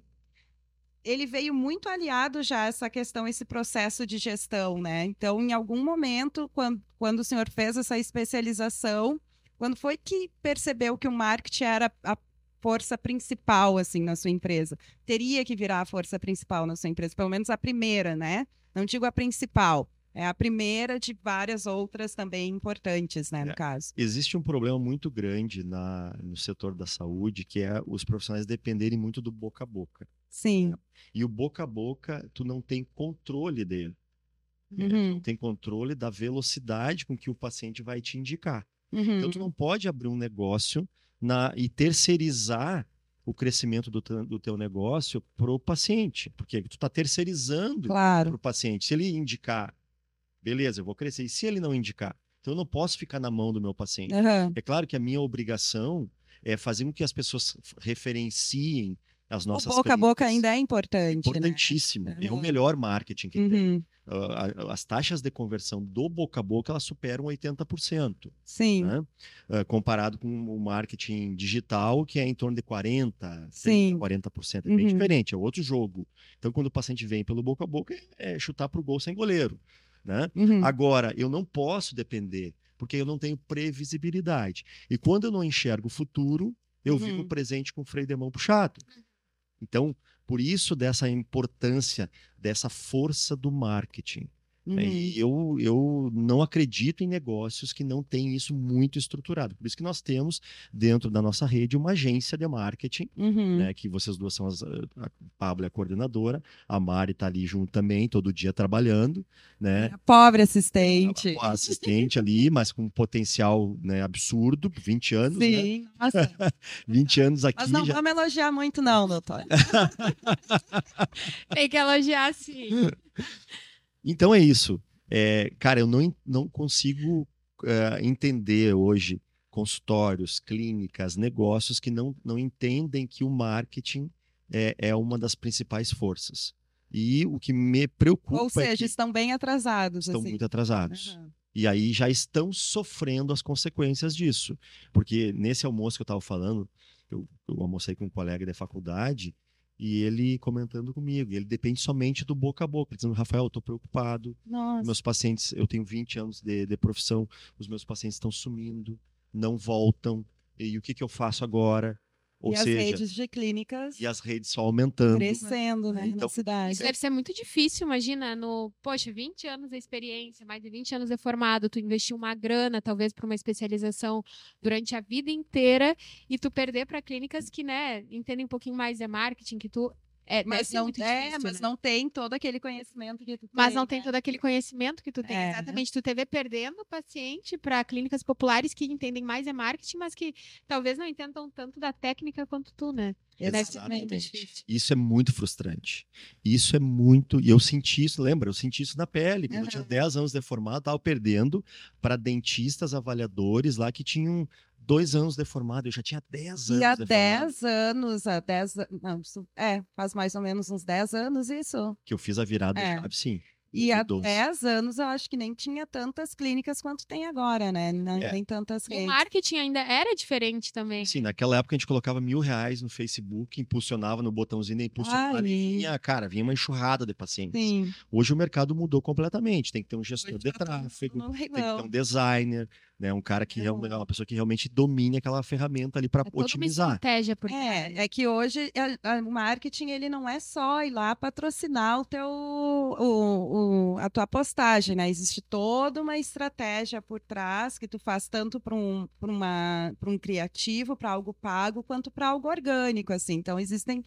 A: ele veio muito aliado já a essa questão, esse processo de gestão, né? Então, em algum momento, quando, quando o senhor fez essa especialização, quando foi que percebeu que o marketing era a força principal, assim, na sua empresa? Teria que virar a força principal na sua empresa, pelo menos a primeira, né? Não digo a principal, é a primeira de várias outras também importantes, né, no
C: É.
A: caso.
C: Existe um problema muito grande na, no setor da saúde, que é os profissionais dependerem muito do boca a boca.
A: Sim.
C: E o boca a boca, tu não tem controle dele. É, tu
A: Uhum.
C: não tem controle da velocidade com que o paciente vai te indicar.
A: Uhum.
C: Então, tu não pode abrir um negócio na, e terceirizar o crescimento do, teu- do teu negócio para o paciente, porque tu está terceirizando para
A: Claro.
C: o paciente. Se ele indicar, beleza, eu vou crescer. E se ele não indicar? Então, eu não posso ficar na mão do meu paciente.
A: Uhum.
C: É claro que a minha obrigação é fazer com que as pessoas referenciem as
A: O
C: nossas
A: boca a boca
C: clínicas.
A: ainda é importante,
C: Importantíssimo.
A: né?
C: É o
A: Uhum.
C: melhor marketing que tem.
A: Uhum.
C: Uh, a- as taxas de conversão do boca a boca elas superam oitenta por cento,
A: Sim,
C: né? Uh, comparado com o marketing digital, que é em torno de quarenta por cento,
A: Sim.
C: trinta, quarenta por cento. É bem
A: Uhum.
C: diferente, é outro jogo. Então, quando o paciente vem pelo boca a boca, é chutar para o gol sem goleiro, né?
A: Uhum.
C: Agora, eu não posso depender, porque eu não tenho previsibilidade. E quando eu não enxergo o futuro, eu
A: Uhum.
C: vivo presente com o freio de mão puxado. Então, por isso dessa importância, dessa força do marketing. né?
A: Uhum.
C: E eu, eu não acredito em negócios que não têm isso muito estruturado. Por isso que nós temos, dentro da nossa rede, uma agência de marketing,
A: Uhum.
C: né, que vocês duas são as, a Pablo é a coordenadora, a Mari está ali junto também, todo dia trabalhando, né?
A: A pobre assistente.
C: A assistente ali, mas com um potencial, né, absurdo, vinte anos, né?
A: Sim, nossa.
C: vinte anos aqui
A: Mas não
C: já.
A: vamos elogiar muito, não, doutor.
B: Tem que elogiar, sim.
C: Então é isso. É, cara, eu não, não consigo é, entender hoje consultórios, clínicas, negócios que não, não entendem que o marketing é, é uma das principais forças. E o que me preocupa
A: Ou
C: é
A: seja,
C: que
A: estão bem atrasados.
C: estão
A: assim.
C: muito atrasados.
A: Uhum.
C: E aí já estão sofrendo as consequências disso. Porque nesse almoço que eu estava falando, eu, eu almocei com um colega da faculdade e ele comentando comigo. Ele depende somente do boca a boca, dizendo, Rafael, eu estou preocupado.
A: Nossa.
C: Meus pacientes, eu tenho vinte anos de, de profissão, os meus pacientes estão sumindo, não voltam. E o que, que eu faço agora? Ou
A: e as
C: seja,
A: redes de clínicas
C: e as redes só aumentando.
A: crescendo, né,
C: Então,
A: na cidade.
B: Isso deve ser muito difícil, imagina, no, poxa, vinte anos de experiência, mais de vinte anos de formado, tu investir uma grana, talvez, para uma especialização durante a vida inteira, e tu perder para clínicas que, né, entendem um pouquinho mais de marketing, que tu. É, deve
A: Mas
B: ser
A: não,
B: muito
A: é,
B: difícil,
A: mas
B: né?
A: não tem todo aquele conhecimento que tu
B: Mas
A: tem,
B: não tem
A: né?
B: todo aquele conhecimento que tu tem.
A: É.
B: Exatamente. Tu te vê perdendo o paciente para clínicas populares que entendem mais é marketing, mas que talvez não entendam tanto da técnica quanto tu, né? Deve ser muito
C: Exatamente.
B: difícil.
C: Isso é muito frustrante. Isso é muito. E eu senti isso, lembra? Eu senti isso na pele. Quando eu tinha
A: Uhum.
C: dez anos de formado, eu estava perdendo para dentistas avaliadores lá que tinham dois anos de formado. Eu já tinha dez anos
A: E há
C: de formado.
A: dez anos, há dez an- não, isso- é, faz mais ou menos uns dez anos isso.
C: Que eu fiz a virada
A: É.
C: de chave, sim.
A: E há
C: doze.
A: dez anos eu acho que nem tinha tantas clínicas quanto tem agora, né? Nem,
C: É.
A: nem tantas
B: O
A: redes.
B: marketing ainda era diferente também.
C: Sim, naquela época a gente colocava mil reais no Facebook, impulsionava no botãozinho de impulsionar
A: Ai.
C: e vinha, cara, vinha uma enxurrada de pacientes.
A: Sim.
C: Hoje o mercado mudou completamente. Tem que ter um gestor
A: Hoje
C: de
A: tá todo
C: tráfego,
A: mundo no
C: tem que ter
A: leilão.
C: um designer, né? Um cara que
A: É.
C: realmente, uma pessoa que realmente domine aquela ferramenta ali para
B: É toda uma
C: otimizar.
B: estratégia por trás.
A: É, é que hoje a- a- o marketing ele não é só ir lá patrocinar o teu, o, o- a tua postagem, né? Existe toda uma estratégia por trás que tu faz tanto para um, para uma, para um criativo, para algo pago, quanto para algo orgânico, assim. Então existem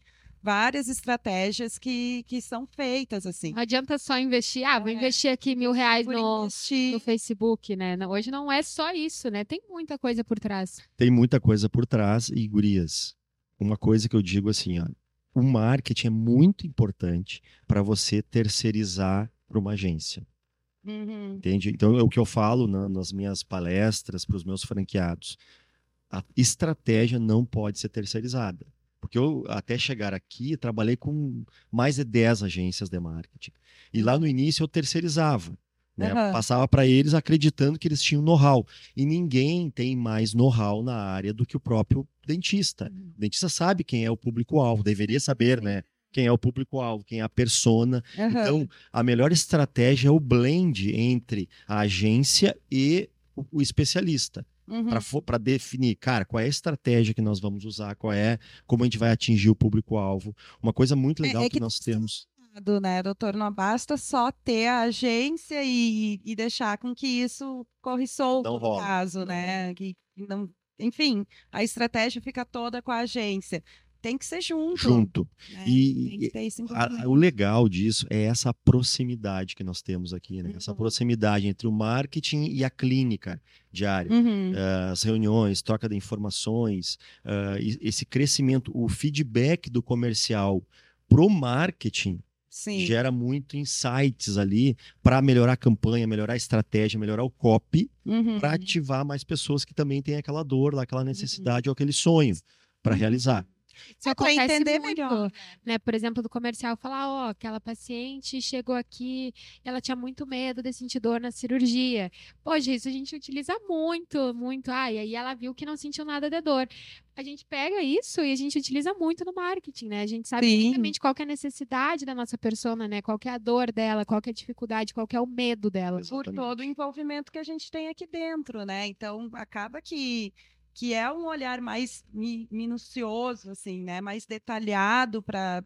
A: várias estratégias que, que são feitas, assim.
B: Não adianta só investir, ah, vou
A: É.
B: investir aqui mil reais
A: Por
B: no,
A: investir.
B: no Facebook, né? Não- Hoje não é só isso, né? Tem muita coisa por trás.
C: Tem muita coisa por trás e, gurias, uma coisa que eu digo assim, ó, o marketing é muito importante para você terceirizar para uma agência,
A: Uhum.
C: entende? Então, é o que eu falo na- nas minhas palestras para os meus franqueados, a estratégia não pode ser terceirizada. Porque eu, até chegar aqui, trabalhei com mais de dez agências de marketing. E lá no início eu terceirizava, né?
A: Aham.
C: Passava para eles acreditando que eles tinham know-how. E ninguém tem mais know-how na área do que o próprio dentista. O dentista sabe quem é o público-alvo, deveria saber, né? Quem é o público-alvo, quem é a persona.
A: Aham.
C: Então, a melhor estratégia é o blend entre a agência e o, o especialista.
A: Uhum.
C: Para definir, cara, qual é a estratégia que nós vamos usar, qual é, como a gente vai atingir o público-alvo. Uma coisa muito legal
A: É- é
C: que,
A: que
C: nós temos.
A: Do, né, doutor? Não basta só ter a agência e, e deixar com que isso corre solto,
C: Não
A: no
C: rola.
A: caso, né? Que não, enfim, a estratégia fica toda com a agência. Tem que ser junto.
C: Junto.
A: Né?
C: E-
A: Tem que ter esse
C: A-
A: envolvimento.
C: o legal disso é essa proximidade que nós temos aqui, né? Essa
A: Uhum.
C: proximidade entre o marketing e a clínica diária.
A: Uhum.
C: Ah, as reuniões, troca de informações, ah, e- esse crescimento, o feedback do comercial pro marketing
A: Sim.
C: gera muito insights ali para melhorar a campanha, melhorar a estratégia, melhorar o copy,
A: Uhum.
C: para ativar mais pessoas que também têm aquela dor, lá, aquela necessidade ou aquele sonho para
A: Uhum.
C: realizar.
B: Isso
A: É pra
B: acontece
A: entender
B: muito,
A: melhor.
B: né? Por exemplo, do comercial falar, ó, aquela paciente chegou aqui, ela tinha muito medo de sentir dor na cirurgia. Poxa, isso a gente utiliza muito, muito. Ah, e aí ela viu que não sentiu nada de dor. A gente pega isso e a gente utiliza muito no marketing, né? A gente sabe
A: Sim.
B: exatamente qual que é a necessidade da nossa persona, né? Qual que é a dor dela, qual que é a dificuldade, qual que é o medo dela.
A: Por
C: Exatamente.
A: todo o envolvimento que a gente tem aqui dentro, né? Então, acaba que, que é um olhar mais mi- minucioso, assim, né? Mais detalhado para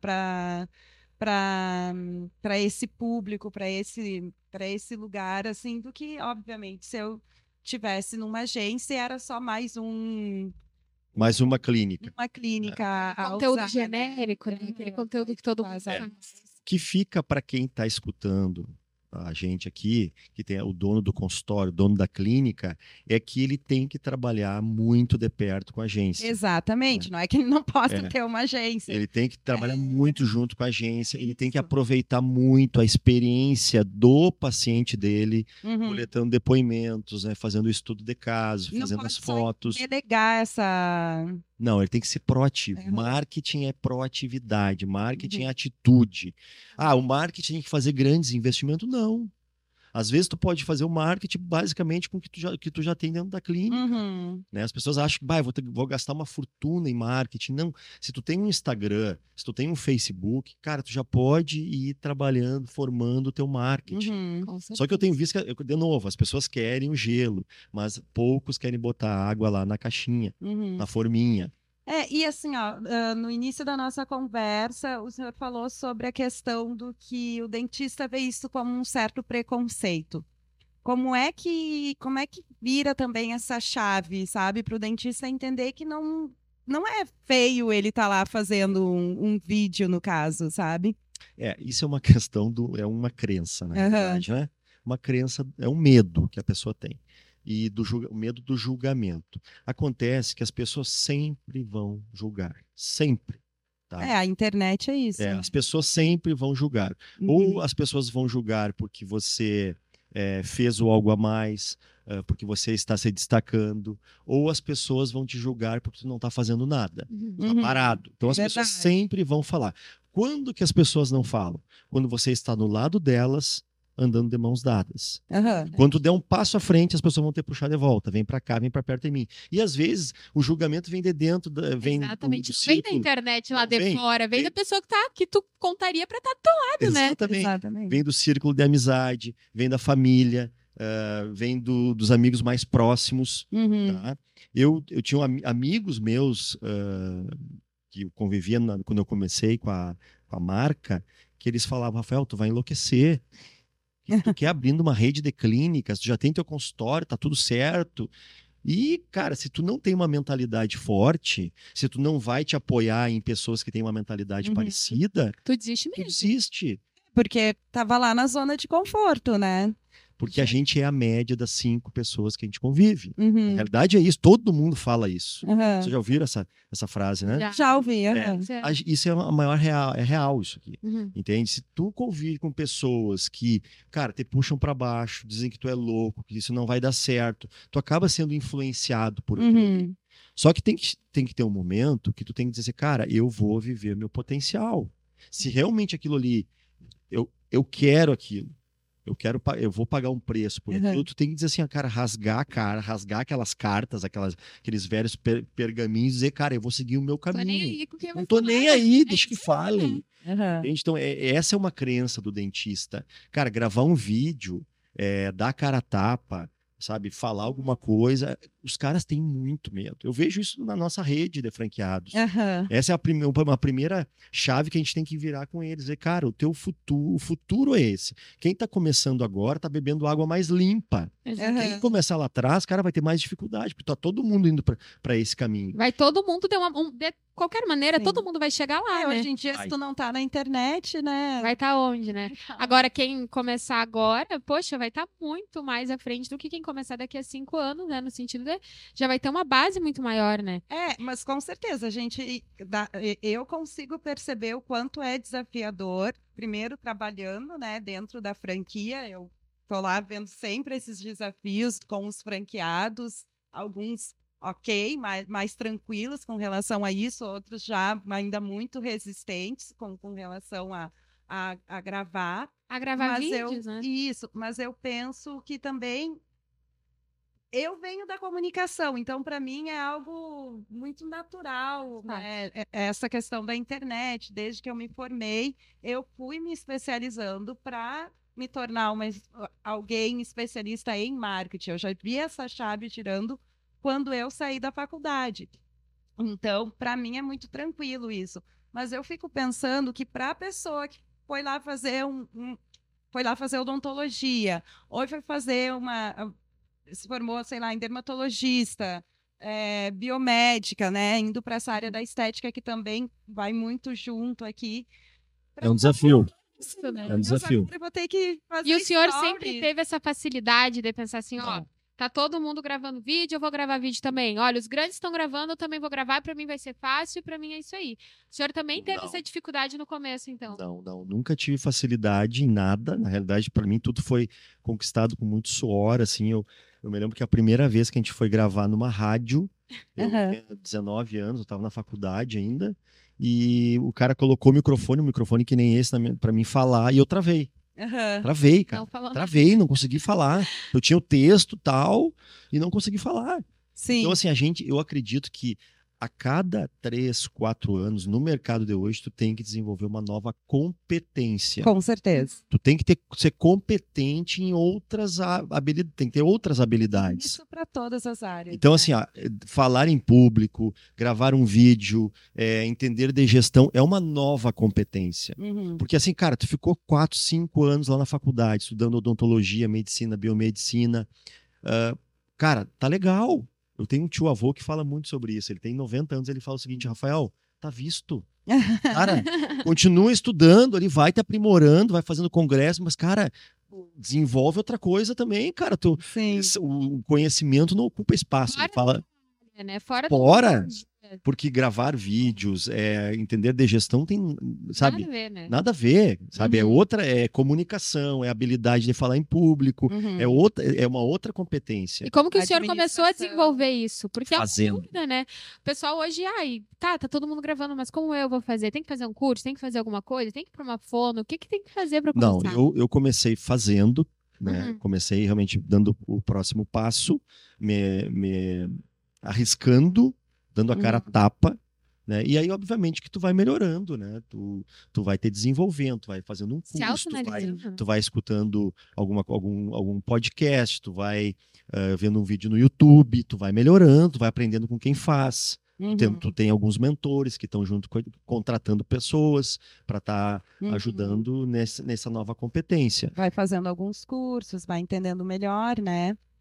A: para esse público, para esse, para esse lugar, assim, do que, obviamente, se eu tivesse numa agência, era só mais um,
C: Mais uma clínica.
A: uma clínica a
B: Conteúdo
A: usar,
B: genérico, né? Aquele conteúdo que todo mundo
A: Faz,
B: faz.
A: é.
C: Que fica para quem está escutando a gente aqui, que tem o dono do consultório, o dono da clínica, é que ele tem que trabalhar muito de perto com a agência.
A: Exatamente, não é que ele não possa
C: É.
A: ter uma agência.
C: Ele tem que trabalhar muito junto com a agência, ele tem que
A: Isso.
C: aproveitar muito a experiência do paciente dele,
A: Uhum.
C: coletando depoimentos, né, fazendo o estudo de caso,
A: Não
C: fazendo
A: pode
C: as
A: só
C: fotos.
A: Delegar essa.
C: Não, ele tem que ser proativo.
A: Uhum.
C: Marketing é proatividade, marketing
A: Uhum.
C: é atitude. Ah, o marketing tem que fazer grandes investimentos? Não. Às vezes tu pode fazer o marketing basicamente com o que tu já, que tu já tem dentro da clínica.
A: Uhum.
C: Né? As pessoas acham que bah, eu vou, ter- vou gastar uma fortuna em marketing. Não. Se tu tem um Instagram, se tu tem um Facebook, cara, tu já pode ir trabalhando, formando o teu marketing.
A: Uhum.
B: Com
C: Só que eu tenho visto que, de novo, as pessoas querem o gelo, mas poucos querem botar água lá na caixinha,
A: Uhum.
C: na forminha.
A: É, e assim, ó, ah, no início da nossa conversa, o senhor falou sobre a questão do que o dentista vê isso como um certo preconceito. Como é que, como é que vira também essa chave, sabe, para o dentista entender que não, não é feio ele estar lá fazendo um, um vídeo, no caso, sabe?
C: É, isso é uma questão do, é uma crença, na
A: Aham.
C: verdade, né? Uma crença, é um medo que a pessoa tem. E do julga- o medo do julgamento. Acontece que as pessoas sempre vão julgar. Sempre. Tá?
A: É, a internet é isso.
C: É,
A: né?
C: as pessoas sempre vão julgar.
A: Uhum.
C: Ou as pessoas vão julgar porque você é, fez o algo a mais, é, porque você está se destacando, ou as pessoas vão te julgar porque tu não está fazendo nada,
B: Uhum.
C: tá
A: Uhum.
C: parado. Então as pessoas
A: Verdade.
C: sempre vão falar. Quando que as pessoas não falam? Quando você está no lado delas, andando de mãos dadas.
A: Aham.
C: Quando tu der um passo à frente, as pessoas vão ter que puxar de volta. Vem pra cá, vem pra perto de mim. E às vezes o julgamento vem de dentro, da- vem do,
B: Exatamente.
C: do
B: Não vem da
C: círculo.
B: internet lá
C: Não,
B: de
C: vem,
B: fora, vem,
C: vem.
B: da pessoa que, tá, que tu contaria pra estar do teu lado, né?
C: Exatamente.
A: Exatamente.
C: Vem do círculo de amizade, vem da família, ah, vem do- dos amigos mais próximos.
A: Uhum.
C: Tá? Eu, eu tinha um ami- amigos meus ah, que eu convivia na- quando eu comecei com a, com a marca, que eles falavam, Rafael, tu vai enlouquecer. Tu quer abrindo uma rede de clínicas, tu já tem teu consultório, tá tudo certo. E, cara, se tu não tem uma mentalidade forte, se tu não vai te apoiar em pessoas que têm uma mentalidade
A: Uhum.
C: parecida,
B: Tu desiste
C: tu
B: mesmo.
C: desiste.
A: Porque tava lá na zona de conforto, né?
C: Porque a gente é a média das cinco pessoas que a gente convive. Na
A: Uhum.
C: realidade é isso, todo mundo fala isso.
A: Aham.
C: Vocês já ouviram essa, essa frase, né?
B: Já.
A: Já ouvi, aham.
B: Isso é-
C: A- Isso é a maior real, é real isso aqui.
B: Uhum.
C: Entende? Se tu convive com pessoas que, cara, te puxam pra baixo, dizem que tu é louco, que isso não vai dar certo, tu acaba sendo influenciado por aquilo ali.
A: Uhum.
C: Só que tem que, tem que ter um momento que tu tem que dizer assim, cara, eu vou viver meu potencial. Se realmente aquilo ali, eu, eu quero aquilo, eu quero, pa- eu vou pagar um preço por
A: Uhum.
C: aquilo, tu tem que dizer assim, ah, cara, rasgar a cara, rasgar aquelas cartas, aquelas, aqueles velhos per- pergaminhos, e dizer, cara, eu vou seguir o meu
B: Tô nem
C: caminho.
B: aí com o que
C: Não
B: vai
C: tô
B: falar.
C: nem aí,
B: É
C: deixa que
B: isso aí,
C: falem.
A: Aham.
C: Entende? Então, é- essa é uma crença do dentista. Cara, gravar um vídeo, é, dar a cara a tapa, sabe? Falar alguma coisa, os caras têm muito medo. Eu vejo isso na nossa rede de franqueados.
A: Aham.
C: Essa é a prime- uma primeira chave que a gente tem que virar com eles. É, cara, o teu futuro, o futuro é esse. Quem está começando agora está bebendo água mais limpa.
B: Exato.
A: Aham.
C: Quem começar lá atrás, cara, vai ter mais dificuldade, porque tá todo mundo indo para esse caminho.
B: Vai todo mundo de uma. um- de qualquer maneira,
A: Sim.
B: todo mundo vai chegar lá,
A: É,
B: né?
A: hoje em dia,
C: Ai.
A: se tu não tá na internet, né?
B: Vai estar onde, né? Agora, quem começar agora, poxa, vai estar muito mais à frente do que quem começar daqui a cinco anos, né? No sentido de já vai ter uma base muito maior, né?
A: É, mas com certeza, a gente, dá- e- eu consigo perceber o quanto é desafiador, primeiro trabalhando, né, dentro da franquia, eu tô lá vendo sempre esses desafios com os franqueados, alguns ok, mais, mais tranquilos com relação a isso, outros já ainda muito resistentes com, com relação a, a, a gravar.
B: A gravar
A: Mas eu,
B: vídeos, né?
A: Isso, mas eu penso que também eu venho da comunicação, então para mim é algo muito natural,
B: Tá.
A: né? É- é Essa questão da internet, desde que eu me formei, eu fui me especializando para me tornar uma, es- alguém especialista em marketing. Eu já vi essa chave tirando quando eu saí da faculdade. Então, para mim é muito tranquilo isso. Mas eu fico pensando que para a pessoa que foi lá fazer um, um- foi lá fazer odontologia, ou foi fazer uma, se formou, sei lá, em dermatologista, é, biomédica, né? Indo para essa área da estética que também vai muito junto aqui.
C: É um desafio.
B: Isso, né?
C: É um desafio.
A: Eu vou ter que fazer
B: E o senhor
A: story.
B: sempre teve essa facilidade de pensar assim, ó, tá todo mundo gravando vídeo, eu vou gravar vídeo também. Olha, os grandes estão gravando, eu também vou gravar, pra mim vai ser fácil, pra mim é isso aí. O senhor também teve
C: Não.
B: essa dificuldade no começo, então?
C: Não, não, nunca tive facilidade em nada. Na realidade, para mim, tudo foi conquistado com muito suor. Assim, eu, eu me lembro que a primeira vez que a gente foi gravar numa rádio, eu
A: Aham.
C: tinha dezenove anos, eu estava na faculdade ainda, e o cara colocou o microfone, um microfone que nem esse para mim falar, e eu travei.
A: Aham.
C: Travei, cara.
B: Não falando.
C: Travei, não consegui falar. Eu tinha o texto tal e não consegui falar.
A: Sim.
C: Então, assim, a gente, eu acredito que a cada três, quatro anos, no mercado de hoje, tu tem que desenvolver uma nova competência.
A: Com certeza.
C: Tu tem que ter, ser competente em outras habilidades, tem que ter outras habilidades.
A: Isso para todas as áreas.
C: Então,
A: né?
C: assim, ó, falar em público, gravar um vídeo, é, entender de gestão, é uma nova competência.
A: Uhum.
C: Porque assim, cara, tu ficou quatro, cinco anos lá na faculdade, estudando odontologia, medicina, biomedicina. Ah, cara, tá legal. Eu tenho um tio-avô que fala muito sobre isso. Ele tem noventa anos, ele fala o seguinte, Rafael, tá visto. Cara, continua estudando, ele vai te aprimorando, vai fazendo congresso, mas, cara, desenvolve outra coisa também, cara. Tu,
A: Sim.
C: o conhecimento não ocupa espaço. Ele
B: Fora
C: fala,
B: É, né? Fora do
C: fora,
B: mundo,
C: porque gravar vídeos, é, entender de gestão tem, sabe,
B: nada a ver, né?
C: nada a ver, sabe? É
B: Uhum.
C: outra, é comunicação, é habilidade de falar em público,
A: Uhum.
C: é outra, é uma outra competência.
B: E como que o senhor começou a
A: Administração.
B: desenvolver isso? Porque é uma
C: Fazendo.
B: dúvida, né? O pessoal hoje, ai, tá, tá todo mundo gravando, mas como eu vou fazer? Tem que fazer um curso? Tem que fazer alguma coisa? Tem que ir pra uma fono? O que que tem que fazer pra
C: Não,
B: começar?
C: eu, eu comecei fazendo, né?
B: Uhum.
C: Comecei realmente dando o próximo passo, me, me arriscando, dando a cara a
A: Uhum.
C: tapa, né? E aí, obviamente, que tu vai melhorando, né? Tu, tu vai te desenvolvendo, tu vai fazendo um
B: Se
C: curso, tu vai,
B: autoanalisando.
C: tu vai escutando alguma, algum, algum podcast, tu vai eh, vendo um vídeo no YouTube, tu vai melhorando, tu vai aprendendo com quem faz.
A: Uhum.
C: Tem, tu tem alguns mentores que estão junto, com, contratando pessoas para estar
A: Uhum.
C: ajudando nessa, nessa nova competência.
A: Vai fazendo alguns cursos, vai entendendo melhor, né?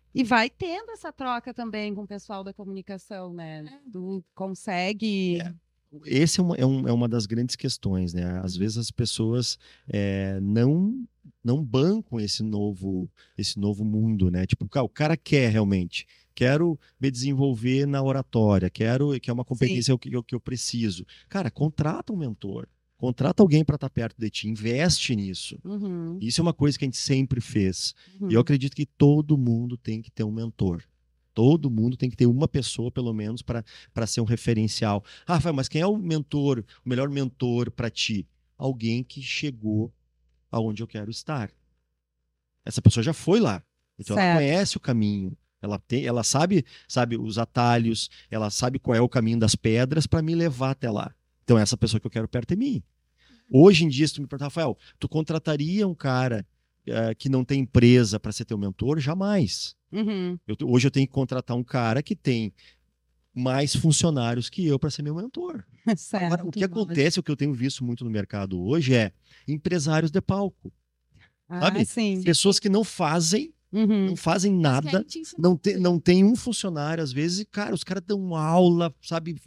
A: E vai tendo essa troca também com o pessoal da comunicação, né? Tu consegue.
C: É. Esse é uma, é, um, é uma das grandes questões, né? Às vezes as pessoas é, não não bancam esse novo esse novo mundo, né? Tipo, o cara quer realmente, quero me desenvolver na oratória, quero que é uma competência que eu, que eu preciso. Cara, contrata um mentor, contrata alguém para estar perto de ti, investe nisso.
A: Uhum.
C: Isso é uma coisa que a gente sempre fez.
A: Uhum.
C: E eu acredito que todo mundo tem que ter um mentor. Todo mundo tem que ter uma pessoa, pelo menos, para ser um referencial. Ah, Rafael, mas quem é o mentor, o melhor mentor para ti? Alguém que chegou aonde eu quero estar. Essa pessoa já foi lá. Então
A: Certo.
C: ela conhece o caminho. Ela, tem, ela sabe, sabe os atalhos, ela sabe qual é o caminho das pedras para me levar até lá. Então essa pessoa que eu quero perto de mim. Hoje em dia, se tu me perguntar, Rafael, tu contrataria um cara uh, que não tem empresa para ser teu mentor? Jamais.
A: Uhum.
C: Eu, hoje eu tenho que contratar um cara que tem mais funcionários que eu para ser meu mentor.
A: Certo,
C: Agora, o que
A: lógico.
C: acontece, o que eu tenho visto muito no mercado hoje é empresários de palco.
A: Ah,
C: Sabe?
A: sim.
C: Pessoas que não fazem,
A: Uhum.
C: não fazem nada,
B: querem te ensinar
C: não, te,
B: tudo.
C: não tem um funcionário, às vezes, e, cara, os caras dão aula, sabe?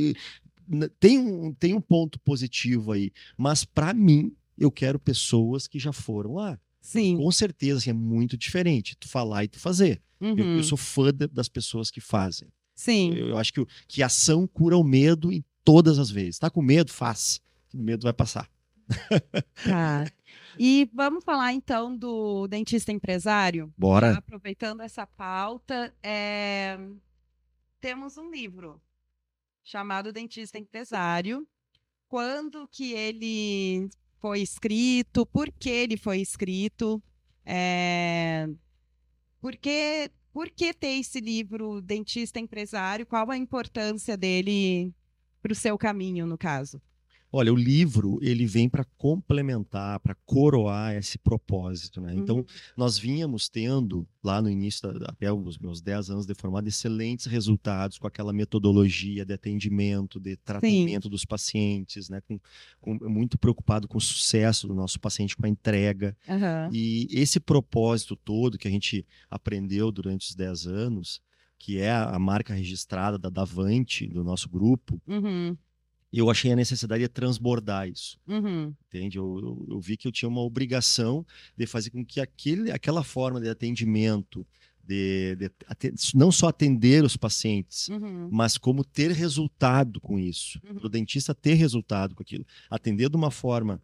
C: Tem um, tem um ponto positivo aí, mas para mim, eu quero pessoas que já foram lá.
A: Sim.
C: Com certeza, assim, é muito diferente tu falar e tu fazer.
A: Uhum.
C: Eu, eu sou fã de, das pessoas que fazem.
A: Sim.
C: Eu, eu acho que, que a ação cura o medo em todas as vezes. Tá com medo? Faz. O medo vai passar.
A: Tá. E vamos falar então do dentista empresário?
C: Bora.
A: Já aproveitando essa pauta, é... temos um livro chamado Dentista Empresário. Quando que ele foi escrito? Por que ele foi escrito? É... Por que, por que ter esse livro Dentista Empresário? Qual a importância dele para o seu caminho, no caso?
C: Olha, o livro ele vem para complementar, para coroar esse propósito, né? Então,
A: Uhum.
C: nós vínhamos tendo, lá no início, da, até os meus dez anos de formado, excelentes resultados com aquela metodologia de atendimento, de tratamento
A: Sim.
C: dos pacientes, né? Com, com, muito preocupado com o sucesso do nosso paciente, com a entrega.
A: Uhum.
C: E esse propósito todo que a gente aprendeu durante os dez anos, que é a marca registrada da Davante, do nosso grupo,
A: Uhum.
C: eu achei a necessidade de transbordar isso,
A: Uhum.
C: entende? Eu, eu, eu vi que eu tinha uma obrigação de fazer com que aquele, aquela forma de atendimento, de, de atend, não só atender os pacientes,
A: Uhum.
C: mas como ter resultado com isso.
A: Uhum.
C: Para o dentista ter resultado com aquilo. Atender de uma forma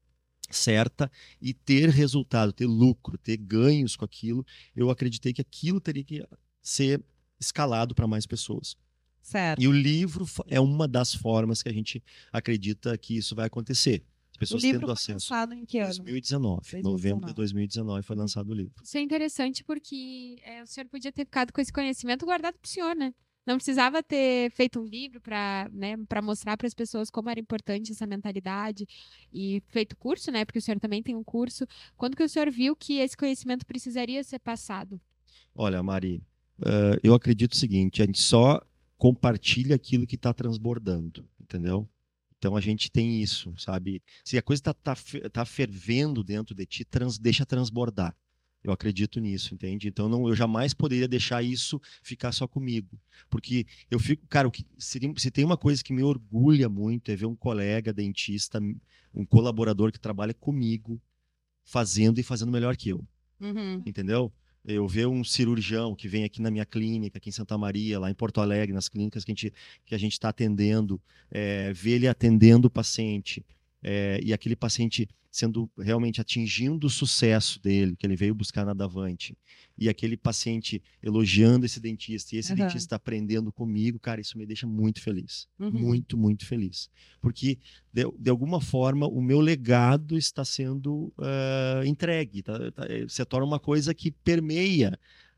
C: certa e ter resultado, ter lucro, ter ganhos com aquilo, eu acreditei que aquilo teria que ser escalado para mais pessoas.
A: Certo.
C: E o livro é uma das formas que a gente acredita que isso vai acontecer. As pessoas
A: O livro
C: tendo
A: foi
C: acesso.
A: lançado em que ano?
C: dois mil e dezenove, novembro de dois mil e dezenove foi lançado o livro.
B: Isso é interessante porque é, o senhor podia ter ficado com esse conhecimento guardado para o senhor, né? Não precisava ter feito um livro para, né, para mostrar para as pessoas como era importante essa mentalidade e feito curso, né? Porque o senhor também tem um curso. Quando que o senhor viu que esse conhecimento precisaria ser passado?
C: Olha, Mari, uh, eu acredito o seguinte: a gente só compartilha aquilo que está transbordando, entendeu? Então a gente tem isso, sabe? Se a coisa está tá, tá fervendo dentro de ti, trans, deixa transbordar. Eu acredito nisso, entende? Então não, eu jamais poderia deixar isso ficar só comigo. Porque eu fico, cara, o que, se, se tem uma coisa que me orgulha muito é ver um colega dentista, um colaborador que trabalha comigo, fazendo e fazendo melhor que eu.
A: Uhum.
C: Entendeu? Eu ver um cirurgião que vem aqui na minha clínica, aqui em Santa Maria, lá em Porto Alegre, nas clínicas que a gente que a gente está atendendo, é, ver ele atendendo o paciente, é, e aquele paciente sendo realmente atingindo o sucesso dele, que ele veio buscar na Davante, e aquele paciente elogiando esse dentista, e esse
A: Uhum.
C: dentista aprendendo comigo, cara, isso me deixa muito feliz.
A: Uhum.
C: Muito, muito feliz. Porque, de, de alguma forma, o meu legado está sendo uh, entregue. Tá, tá, se torna uma coisa que permeia,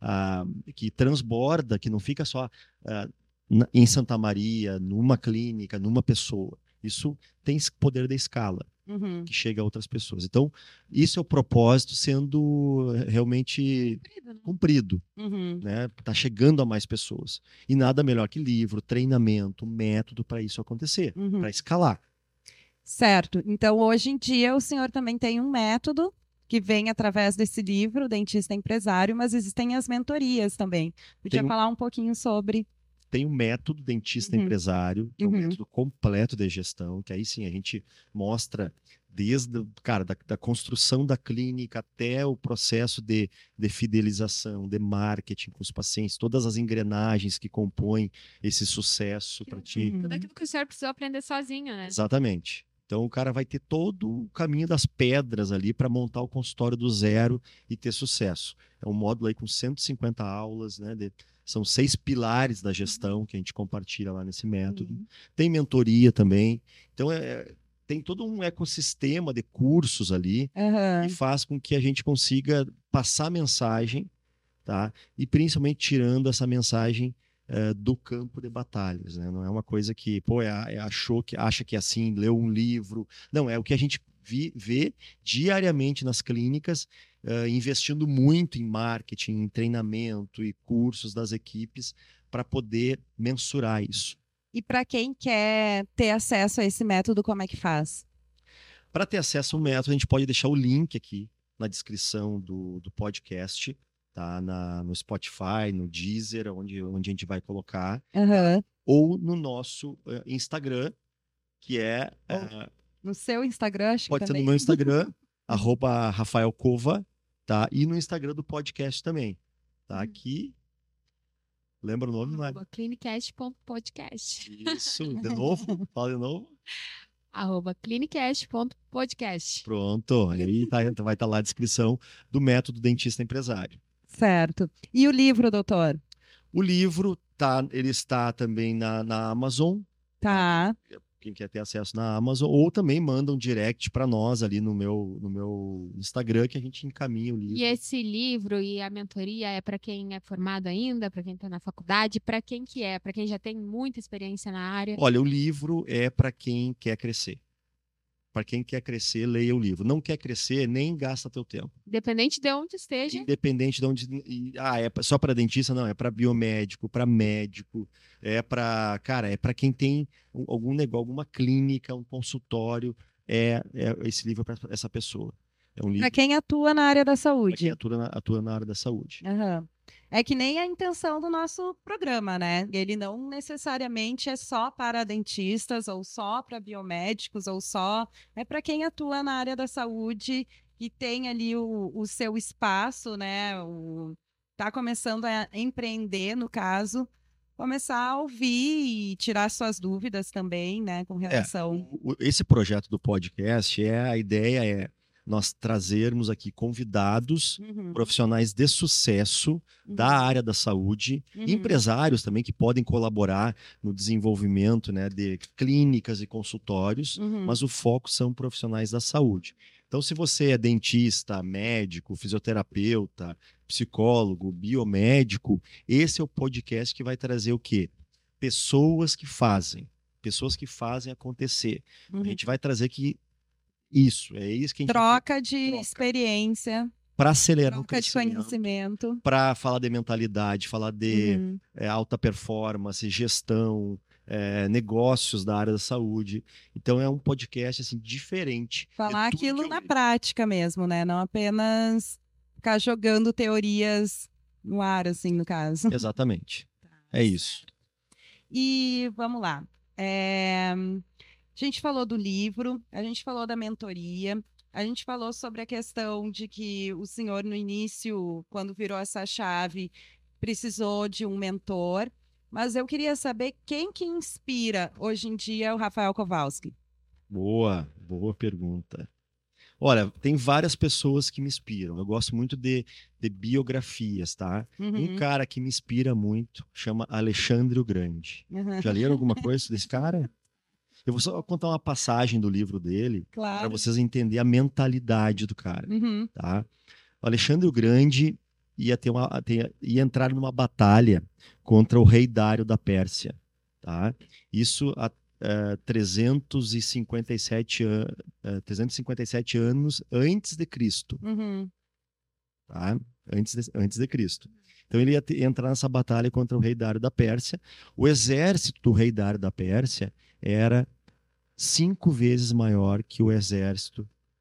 C: uh, que transborda, que não fica só uh, na, em Santa Maria, numa clínica, numa pessoa. Isso tem poder da escala.
A: Uhum.
C: Que chega a outras pessoas. Então, isso é o propósito sendo realmente
B: Cumprido, né?
C: cumprido,
A: Uhum.
C: né? Tá chegando a mais pessoas. E nada melhor que livro, treinamento, método para isso acontecer,
A: Uhum.
C: para escalar.
A: Certo. Então, hoje em dia, o senhor também tem um método que vem através desse livro, Dentista Empresário, mas existem as mentorias também. Podia
C: Tem-
A: falar um pouquinho sobre...
C: Tem o método Dentista
A: Uhum.
C: Empresário, que é um
A: Uhum.
C: método completo de gestão, que aí sim a gente mostra desde, cara, da, da construção da clínica até o processo de, de fidelização, de marketing com os pacientes, todas as engrenagens que compõem esse sucesso para ti.
A: Uhum.
B: Tudo aquilo que o senhor precisou aprender sozinho, né?
C: Exatamente. Então o cara vai ter todo o caminho das pedras ali para montar o consultório do zero e ter sucesso. É um módulo aí com cento e cinquenta aulas, né? de- são seis pilares da gestão que a gente compartilha lá nesse método.
A: Uhum.
C: Tem mentoria também. Então é, tem todo um ecossistema de cursos ali
A: Aham.
C: que faz com que a gente consiga passar a mensagem, tá? E principalmente tirando essa mensagem eh, do campo de batalhas, né? Não é uma coisa que, pô, é, é achou que acha que é assim, leu um livro. Não, é o que a gente vi- vê diariamente nas clínicas, eh, investindo muito em marketing, em treinamento e cursos das equipes para poder mensurar isso.
A: E para quem quer ter acesso a esse método, como é que faz?
C: Para ter acesso ao método, a gente pode deixar o link aqui na descrição do, do podcast, tá? Na, no Spotify, no Deezer, onde, onde a gente vai colocar,
A: Aham.
C: ou no nosso eh, Instagram, que é,
A: Ou
C: eh,
A: No seu Instagram, acho que
C: pode ser no
A: também.
C: meu Instagram, arroba Rafael Cova, tá? E no Instagram do podcast também, tá? Aqui, lembra o nome, não é?
B: Arroba clinicast.podcast.
C: Isso, de novo? Fala de novo.
B: Arroba clinicast.podcast.
C: Pronto, aí tá, vai estar lá a descrição do método Dentista Empresário.
A: Certo. E o livro, doutor?
C: O livro tá, ele está também na, na Amazon,
A: Tá.
C: quem quer ter acesso na Amazon, ou também manda um direct para nós ali no meu, no meu Instagram que a gente encaminha o livro.
B: E esse livro e a mentoria é para quem é formado ainda, para quem está na faculdade, para quem que é? Para quem já tem muita experiência na área?
C: Olha, o livro é para quem quer crescer. Para quem quer crescer, leia o livro. Não quer crescer, nem gasta teu tempo.
B: Independente de onde esteja.
C: Independente de onde. e- Ah, é pra- só para dentista? Não, é para biomédico, para médico, é para. Cara, é para quem tem um- algum negócio, alguma clínica, um consultório. É, é esse livro é para essa pessoa. É um livro
A: Para quem atua na área da
C: para quem
A: saúde.
C: atua na, atua na área da saúde.
A: Aham. É que nem a intenção do nosso programa, né? Ele não necessariamente é só para dentistas, ou só para biomédicos, ou só. É para quem atua na área da saúde e tem ali o, o seu espaço, né? O, tá começando a empreender, no caso, começar a ouvir e tirar suas dúvidas também, né? Com
C: É,
A: relação.
C: o- o- esse projeto do podcast, é, a ideia é nós trazermos aqui convidados
A: Uhum,
C: profissionais de sucesso da
A: uhum,
C: área da saúde,
A: uhum,
C: empresários também que podem colaborar no desenvolvimento, né, de clínicas e consultórios,
A: uhum.
C: mas o foco são profissionais da saúde. Então, se você é dentista, médico, fisioterapeuta, psicólogo, biomédico, esse é o podcast que vai trazer o quê? Pessoas que fazem, pessoas que fazem acontecer.
A: Uhum.
C: A gente vai trazer que isso, é isso que a gente
A: Troca de
C: troca.
A: experiência,
C: para acelerar o
A: troca de
C: crescimento,
A: conhecimento.
C: para falar de mentalidade, falar de
A: Uhum.
C: é, alta performance, gestão, é, negócios da área da saúde. Então é um podcast assim diferente. de
A: Falar
C: tudo que
A: aquilo
C: eu
A: na
C: vi.
A: prática mesmo, né? Não apenas ficar jogando teorias no ar, assim, no caso.
C: Exatamente. É isso.
A: E vamos lá. É, A gente falou do livro, a gente falou da mentoria, a gente falou sobre a questão de que o senhor, no início, quando virou essa chave, precisou de um mentor. Mas eu queria saber quem que inspira hoje em dia o Rafael Kowalski.
C: Boa, boa pergunta. Olha, tem várias pessoas que me inspiram. Eu gosto muito de, de biografias, tá?
A: Uhum,
C: Um cara que me inspira muito chama Alexandre o Grande.
A: uhum.
C: Já leram alguma coisa desse cara? Eu vou só contar uma passagem do livro dele para
A: Claro.
C: vocês entenderem a mentalidade do cara,
A: Uhum,
C: tá? O Alexandre o Grande ia ter uma ter- ia entrar numa batalha contra o rei Dário da Pérsia, tá? Isso há eh, trezentos e cinquenta e sete an- eh, trezentos e cinquenta e sete anos antes de Cristo,
A: uhum,
C: tá? Antes de, antes de Cristo. Então ele ia te- entrar nessa batalha contra o rei Dário da Pérsia. O exército do rei Dário da Pérsia era cinco vezes maior que o exército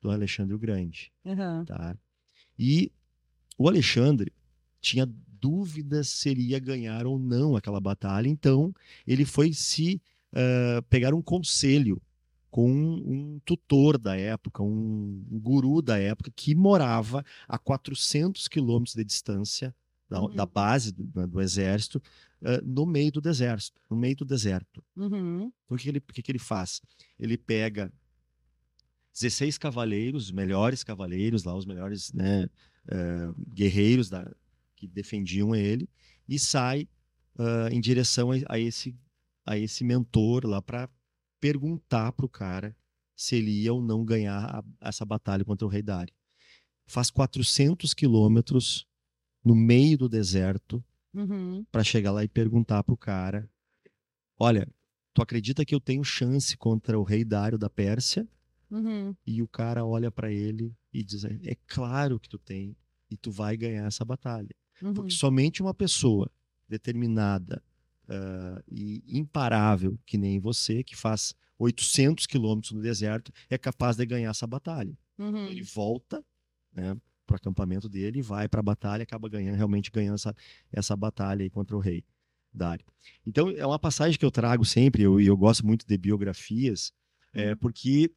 C: do Alexandre o Grande.
A: Uhum.
C: Tá? E o Alexandre tinha dúvidas se ele ia ganhar ou não aquela batalha, então ele foi se uh, pegar um conselho com um, um tutor da época, um, um guru da época, que morava a quatrocentos quilômetros de distância da,
A: Uhum.
C: da base do, do exército, uh, no meio do deserto. No meio do deserto.
A: Uhum.
C: O que ele, que, que ele faz? Ele pega dezesseis cavaleiros, os melhores cavaleiros lá, os melhores, né, uh, guerreiros da, que defendiam ele, e sai uh, em direção a, a, esse, a esse mentor lá para perguntar para o cara se ele ia ou não ganhar a, essa batalha contra o rei Dário. Faz quatrocentos quilômetros no meio do deserto
A: Uhum.
C: para chegar lá e perguntar para o cara: olha, tu acredita que eu tenho chance contra o rei Dário da Pérsia?
A: Uhum.
C: E o cara olha para ele e diz: é claro que tu tem, e tu vai ganhar essa batalha.
A: Uhum.
C: Porque somente uma pessoa determinada uh, e imparável, que nem você, que faz oitocentos quilômetros no deserto, é capaz de ganhar essa batalha.
A: Uhum.
C: Ele volta, né, para o acampamento dele, vai para a batalha, acaba ganhando, realmente ganhando essa, essa batalha aí contra o rei Dário. Então, é uma passagem que eu trago sempre, e eu, eu gosto muito de biografias,
A: Uhum.
C: é, porque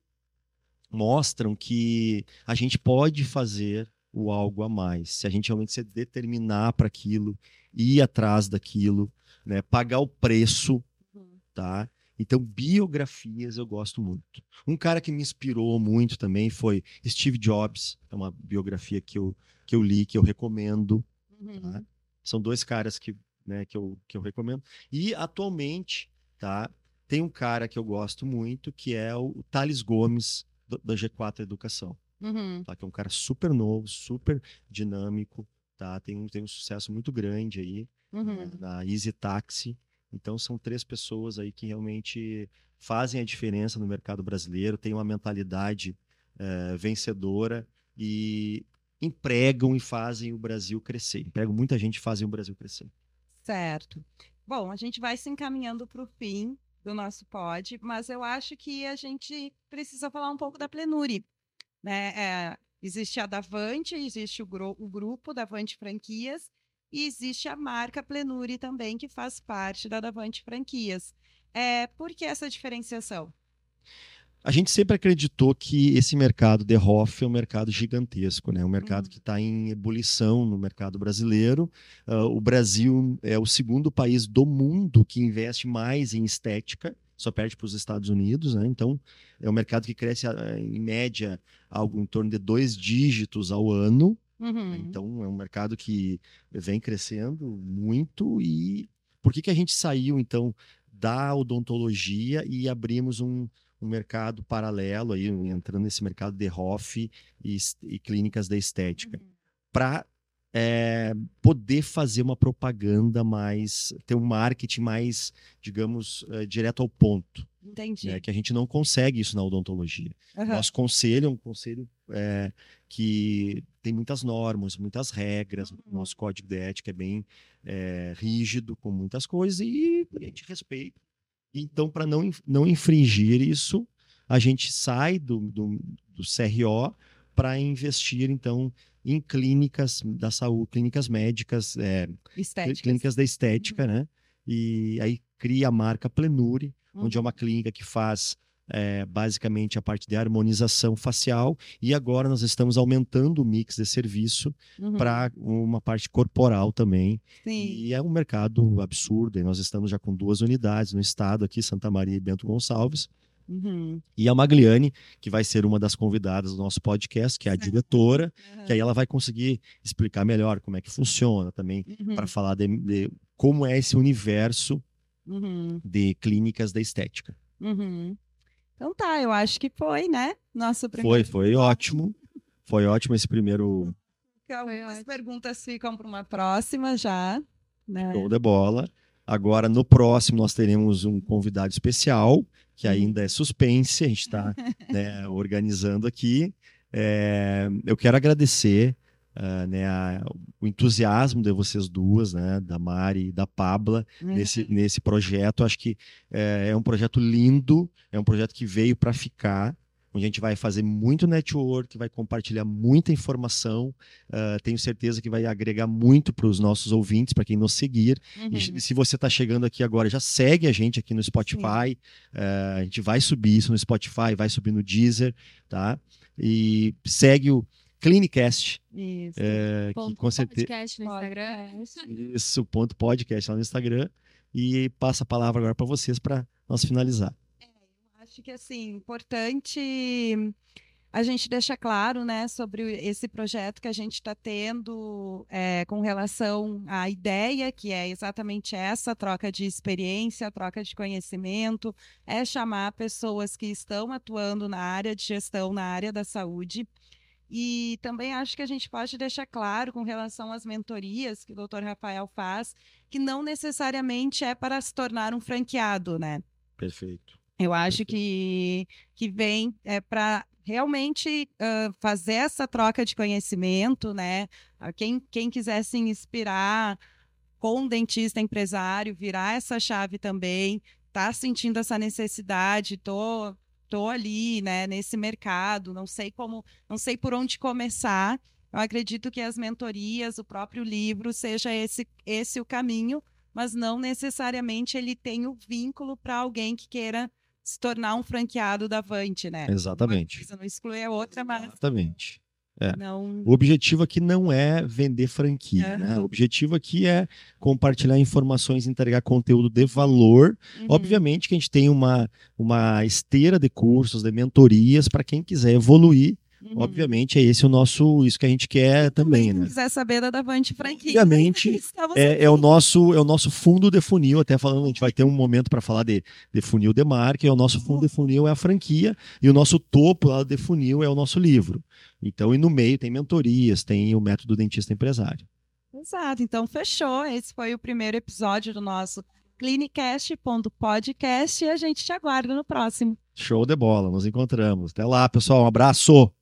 C: mostram que a gente pode fazer o algo a mais, se a gente realmente se determinar para aquilo, ir atrás daquilo, né, pagar o preço,
A: Uhum.
C: tá? Então, biografias eu gosto muito. Um cara que me inspirou muito também foi Steve Jobs, é uma biografia que eu, que eu li, que eu recomendo.
A: Uhum.
C: Tá? São dois caras que, né, que, eu, que eu recomendo. E, atualmente, tá, tem um cara que eu gosto muito, que é o Thales Gomes, do, da G quatro Educação.
A: Uhum.
C: Tá? Que é um cara super novo, super dinâmico, tá? Tem um, tem um sucesso muito grande aí,
A: Uhum.
C: né, na Easy Taxi. Então, são três pessoas aí que realmente fazem a diferença no mercado brasileiro, têm uma mentalidade eh, vencedora e empregam e fazem o Brasil crescer. Empregam muita gente e fazem o Brasil crescer.
A: Certo. Bom, a gente vai se encaminhando para o fim do nosso pod, mas eu acho que a gente precisa falar um pouco da Plenuri, né? É, existe a Davante, existe o, gru o grupo Davante Franquias, e existe a marca Plenuri também, que faz parte da Davante Franquias. É, por que essa diferenciação?
C: A gente sempre acreditou que esse mercado de Hoff é um mercado gigantesco, né? Um mercado
A: Uhum.
C: que está em ebulição no mercado brasileiro. Uh, o Brasil é o segundo país do mundo que investe mais em estética, só perde para os Estados Unidos, né? Então, é um mercado que cresce, em média, algo em torno de dois dígitos ao ano.
A: Uhum.
C: Então, é um mercado que vem crescendo muito. E por que que a gente saiu, então, da odontologia e abrimos um, um mercado paralelo, aí, entrando nesse mercado de Hoff e, e clínicas de estética?
A: Uhum.
C: Para é, poder fazer uma propaganda mais, ter um marketing mais, digamos, é, direto ao ponto.
A: Entendi.
C: Né, que a gente não consegue isso na odontologia.
A: Uhum.
C: Nosso conselho é um conselho é, que tem muitas normas, muitas regras.
A: Uhum.
C: Nosso código de ética é bem é, rígido com muitas coisas e a gente respeita. Então, para não, não infringir isso, a gente sai do, do, do C R O para investir, então, em clínicas da saúde, clínicas médicas, é, clínicas da estética, uhum. né? E aí cria a marca Plenuri, uhum. onde é uma clínica que faz é, basicamente a parte de harmonização facial, e agora nós estamos aumentando o mix de serviço uhum. para uma parte corporal também. Sim. E é um mercado absurdo, e nós estamos já com duas unidades no estado aqui, Santa Maria e Bento Gonçalves. Uhum. E a Magliane, que vai ser uma das convidadas do nosso podcast, que é a diretora, uhum. que aí ela vai conseguir explicar melhor como é que funciona também, uhum. para falar de, de como é esse universo uhum. de clínicas da estética.
A: Uhum. Então tá, eu acho que foi, né? Nosso
C: primeiro Foi, foi ótimo. Foi ótimo esse primeiro...
A: Algumas perguntas ficam para uma próxima já. Né?
C: Show de bola. Agora, no próximo, nós teremos um convidado especial, que ainda é suspense, a gente está né, organizando aqui. É, eu quero agradecer uh, né, a, o entusiasmo de vocês duas, né, da Mari e da Pabla, uhum. nesse, nesse projeto. Acho que é, é um projeto lindo, é um projeto que veio para ficar. onde a gente vai fazer muito network, vai compartilhar muita informação. Uh, tenho certeza que vai agregar muito para os nossos ouvintes, para quem nos seguir.
A: Uhum.
C: E se você está chegando aqui agora, já segue a gente aqui no Spotify. Uh, a gente vai subir isso no Spotify, vai subir no Deezer, tá? E segue o Clinicast.
A: Isso.
C: É,
B: Ponto
C: que com certeza.
B: podcast no Instagram.
C: Isso, ponto podcast lá no Instagram. E passa a palavra agora para vocês para nós finalizar.
A: Acho que assim, importante a gente deixar claro, né, sobre esse projeto que a gente está tendo é, com relação à ideia, que é exatamente essa troca de experiência, troca de conhecimento, é chamar pessoas que estão atuando na área de gestão, na área da saúde. E também acho que a gente pode deixar claro com relação às mentorias que o doutor Rafael faz, que não necessariamente é para se tornar um franqueado, né?
C: Perfeito.
A: Eu acho que, que vem é, para realmente uh, fazer essa troca de conhecimento, né? Quem, quem quiser se inspirar com um dentista empresário, virar essa chave também, tá sentindo essa necessidade, tô, tô ali, né, nesse mercado, não sei como, não sei por onde começar. Eu acredito que as mentorias, o próprio livro, seja esse, esse o caminho, mas não necessariamente ele tem o vínculo para alguém que queira se tornar um franqueado da Avante, né?
C: Exatamente.
A: Uma coisa não exclui a outra, mas
C: Exatamente. É.
A: Não...
C: O objetivo aqui não é vender franquia,
A: é.
C: né? O objetivo aqui é compartilhar informações, entregar conteúdo de valor.
A: Uhum.
C: Obviamente que a gente tem uma, uma esteira de cursos, de mentorias para quem quiser evoluir. Uhum. Obviamente é esse o nosso, isso que a gente quer também,
A: Quem
C: né?
A: Quem quiser saber da Avante franquia.
C: Obviamente é, é o nosso é o nosso fundo de funil, até falando, a gente vai ter um momento para falar de, de funil de marca, e o nosso fundo de funil é a franquia, e o nosso topo lá de funil é o nosso livro. Então, e no meio tem mentorias, tem o método dentista empresário.
A: Exato, então fechou. Esse foi o primeiro episódio do nosso clinicast ponto podcast e a gente te aguarda no próximo.
C: Show de bola, nos encontramos. Até lá, pessoal, um abraço!